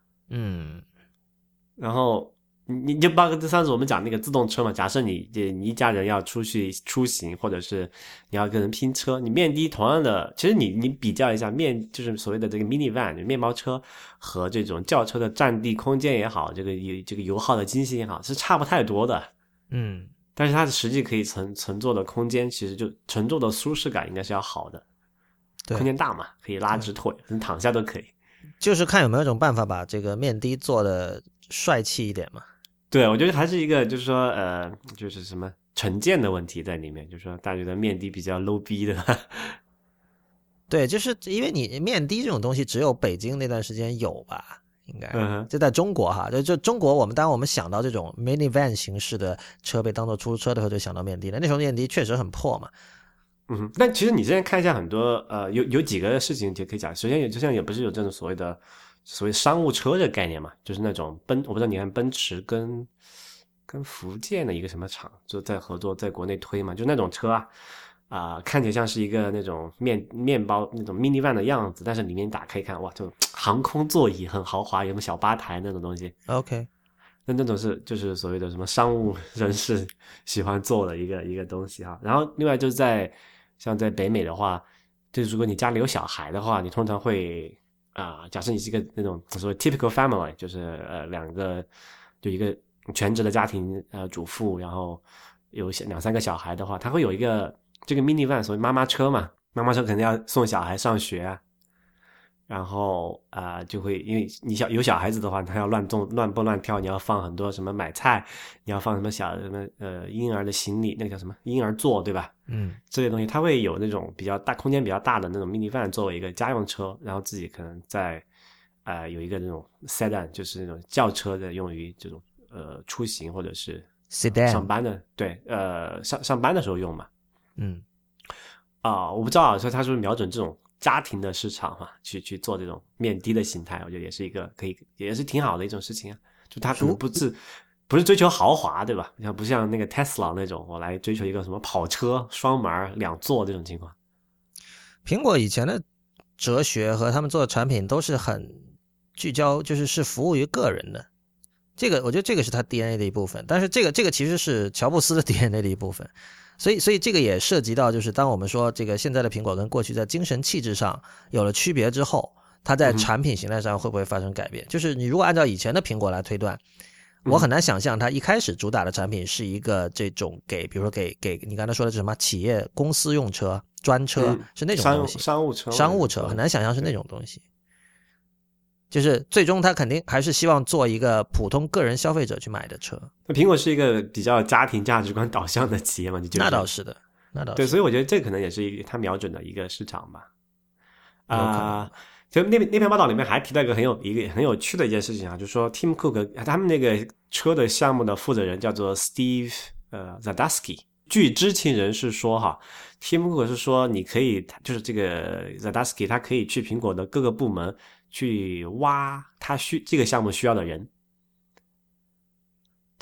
然后你就包括上次我们讲那个自动车嘛，假设你一家人要出去出行，或者是你要跟人拼车，你面的同样的，其实你比较一下就是所谓的这个 minivan 面包车和这种轿车的占地空间也好，这个油耗的精细也好，是差不太多的。但是它的实际可以乘坐的空间，其实就乘坐的舒适感应该是要好的。
对，
空间大嘛，可以拉直腿，躺下都可以。
就是看有没有一种办法把这个面的做的帅气一点嘛。
对，我觉得还是一个就是说就是什么成见的问题在里面，就是说大家觉得面的比较 low 逼的。
对，就是因为你面的这种东西只有北京那段时间有吧，应该就在中国哈，就中国当我们想到这种 minivan 形式的车被当做出租车的时候，就想到面的了。那时候面的确实很破嘛。
但其实你现在看一下很多有几个事情就可以讲。首先就像也不是有这种所谓商务车这个概念嘛，就是那种我不知道你看奔驰跟福建的一个什么厂就在合作，在国内推嘛，就那种车看起来像是一个那种面包那种 minivan 的样子，但是里面打开看，哇，就航空座椅很豪华，有没有小吧台那种东西。
OK，
那种就是所谓的什么商务人士喜欢做的一个东西哈。然后另外就是像在北美的话，就是如果你家里有小孩的话，你通常会假设你是一个那种所谓 typical family， 就是就一个全职的家庭主妇，然后有2-3个小孩的话，他会有一个这个 minivan， 所谓妈妈车嘛，妈妈车肯定要送小孩上学然后就会因为你有小孩子的话，他要乱蹦乱跳，你要放很多什么买菜，你要放什么什么婴儿的行李，那个叫什么婴儿座，对吧？这些东西它会有那种比较大空间比较大的那种 minivan 作为一个家用车，然后自己可能在有一个那种 sedan， 就是那种轿车的用于这种出行或者是
sedan
上班的，对上班的时候用嘛。我不知道说他是不是瞄准这种家庭的市场嘛，去做这种面的的形态，我觉得也是一个也是挺好的一种事情啊。就他可能不是追求豪华，对吧？不像那个 Tesla 那种，我来追求一个什么跑车双门2座这种情况。
苹果以前的哲学和他们做的产品都是很聚焦，就是服务于个人的。这个我觉得这个是他 DNA 的一部分，但是这个其实是乔布斯的 DNA 的一部分。所以这个也涉及到，就是当我们说这个现在的苹果跟过去在精神气质上有了区别之后，它在产品形态上会不会发生改变？就是你如果按照以前的苹果来推断，我很难想象它一开始主打的产品是一个这种比如说给你刚才说的是什么企业公司用车专车，是那种东西，商务车很难想象是那种东西。就是最终他肯定还是希望做一个普通个人消费者去买的车。
那苹果是一个比较家庭价值观导向的企业嘛？你觉得？
那倒是的，
对，所以我觉得这可能也是他瞄准的一个市场吧。就那篇报道里面还提到一个很有趣的一件事情就是说 Tim Cook 他们那个车的项目的负责人叫做 Steve Zadusky。据知情人士说Tim Cook 是说你可以，就是这个 Zadusky 他可以去苹果的各个部门去挖他这个项目需要的人。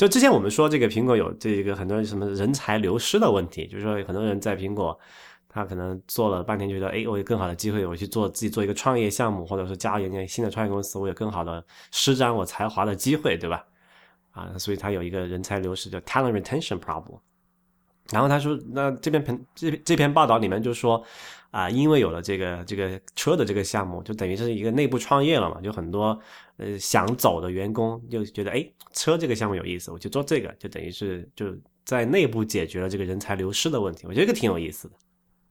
就之前我们说这个苹果有这个很多什么人才流失的问题，就是说很多人在苹果他可能做了半天觉得我有更好的机会，我去自己做一个创业项目，或者是加入一个新的创业公司，我有更好的施展我才华的机会，对吧？所以他有一个人才流失叫 talent retention problem。然后他说那这篇报道里面就说因为有了这个车的这个项目，就等于是一个内部创业了嘛，就很多想走的员工就觉得车这个项目有意思，我去做这个，就等于是就在内部解决了这个人才流失的问题，我觉得这个挺有意思的。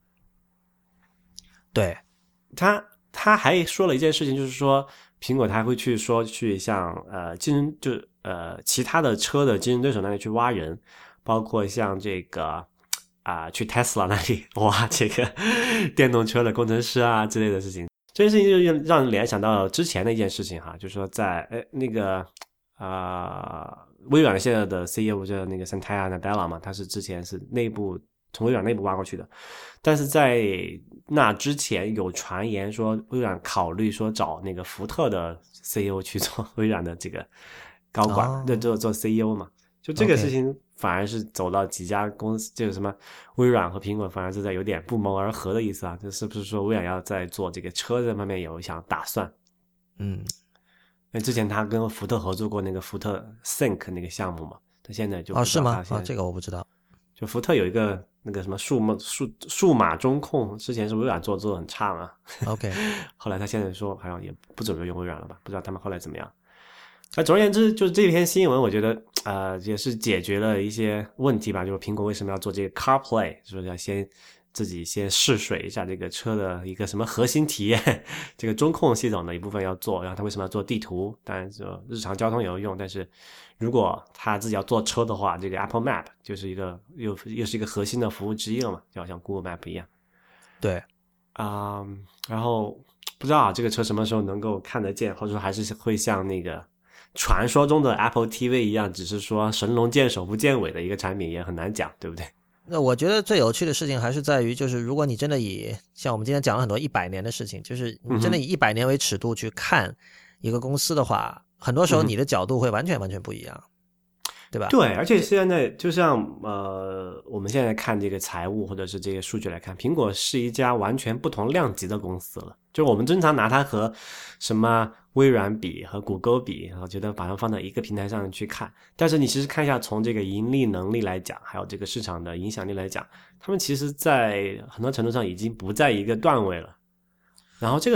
对，
他还说了一件事情，就是说苹果他还会去向其他的车的竞争对手那里去挖人，包括像这个去 Tesla 那里挖这个电动车的工程师之类的事情。这件事情就让人联想到之前的一件事情哈，就是说在那个微软现在的 CEO 叫那个 Satya Nadella 嘛，他是之前是从微软内部挖过去的，但是在那之前有传言说微软考虑说找那个福特的 CEO 去做微软的这个高管，做 CEO 嘛，就这个事情反而是走到几家公司，就是什么微软和苹果反而是在有点不谋而合的意思这是不是说微软要在做这个车这方面有想打算？因为之前他跟福特合作过那个福特 Think 那个项目嘛，他现在就
是吗？这个我不知道。
就福特有一个那个什么数码中控，之前是微软做得很差嘛。
OK，
后来他现在说好像也不准备用微软了吧？不知道他们后来怎么样。总而言之，就是这篇新闻，我觉得也是解决了一些问题吧。就是苹果为什么要做这个 CarPlay， 是不是要自己先试水一下这个车的一个什么核心体验，这个中控系统的一部分要做，然后他为什么要做地图？当然就日常交通也有用，但是如果他自己要做车的话，这个 Apple Map 就是一个又是一个核心的服务之一了嘛，就好像 Google Map 一样。
对，
然后不知道这个车什么时候能够看得见，或者说还是会像那个传说中的 Apple TV 一样，只是说神龙见首不见尾的一个产品，也很难讲，对不对？
那我觉得最有趣的事情还是在于，就是如果你真的像我们今天讲了很多100年的事情，就是你真的以100年为尺度去看一个公司的话，很多时候你的角度会完全不一样，对吧？
对，而且现在就像我们现在看这个财务或者是这个数据来看，苹果是一家完全不同量级的公司了。就我们经常拿它和什么微软比和谷歌比，然后觉得把它放在一个平台上去看，但是你其实看一下从这个盈利能力来讲，还有这个市场的影响力来讲，他们其实在很多程度上已经不在一个段位了。然后这个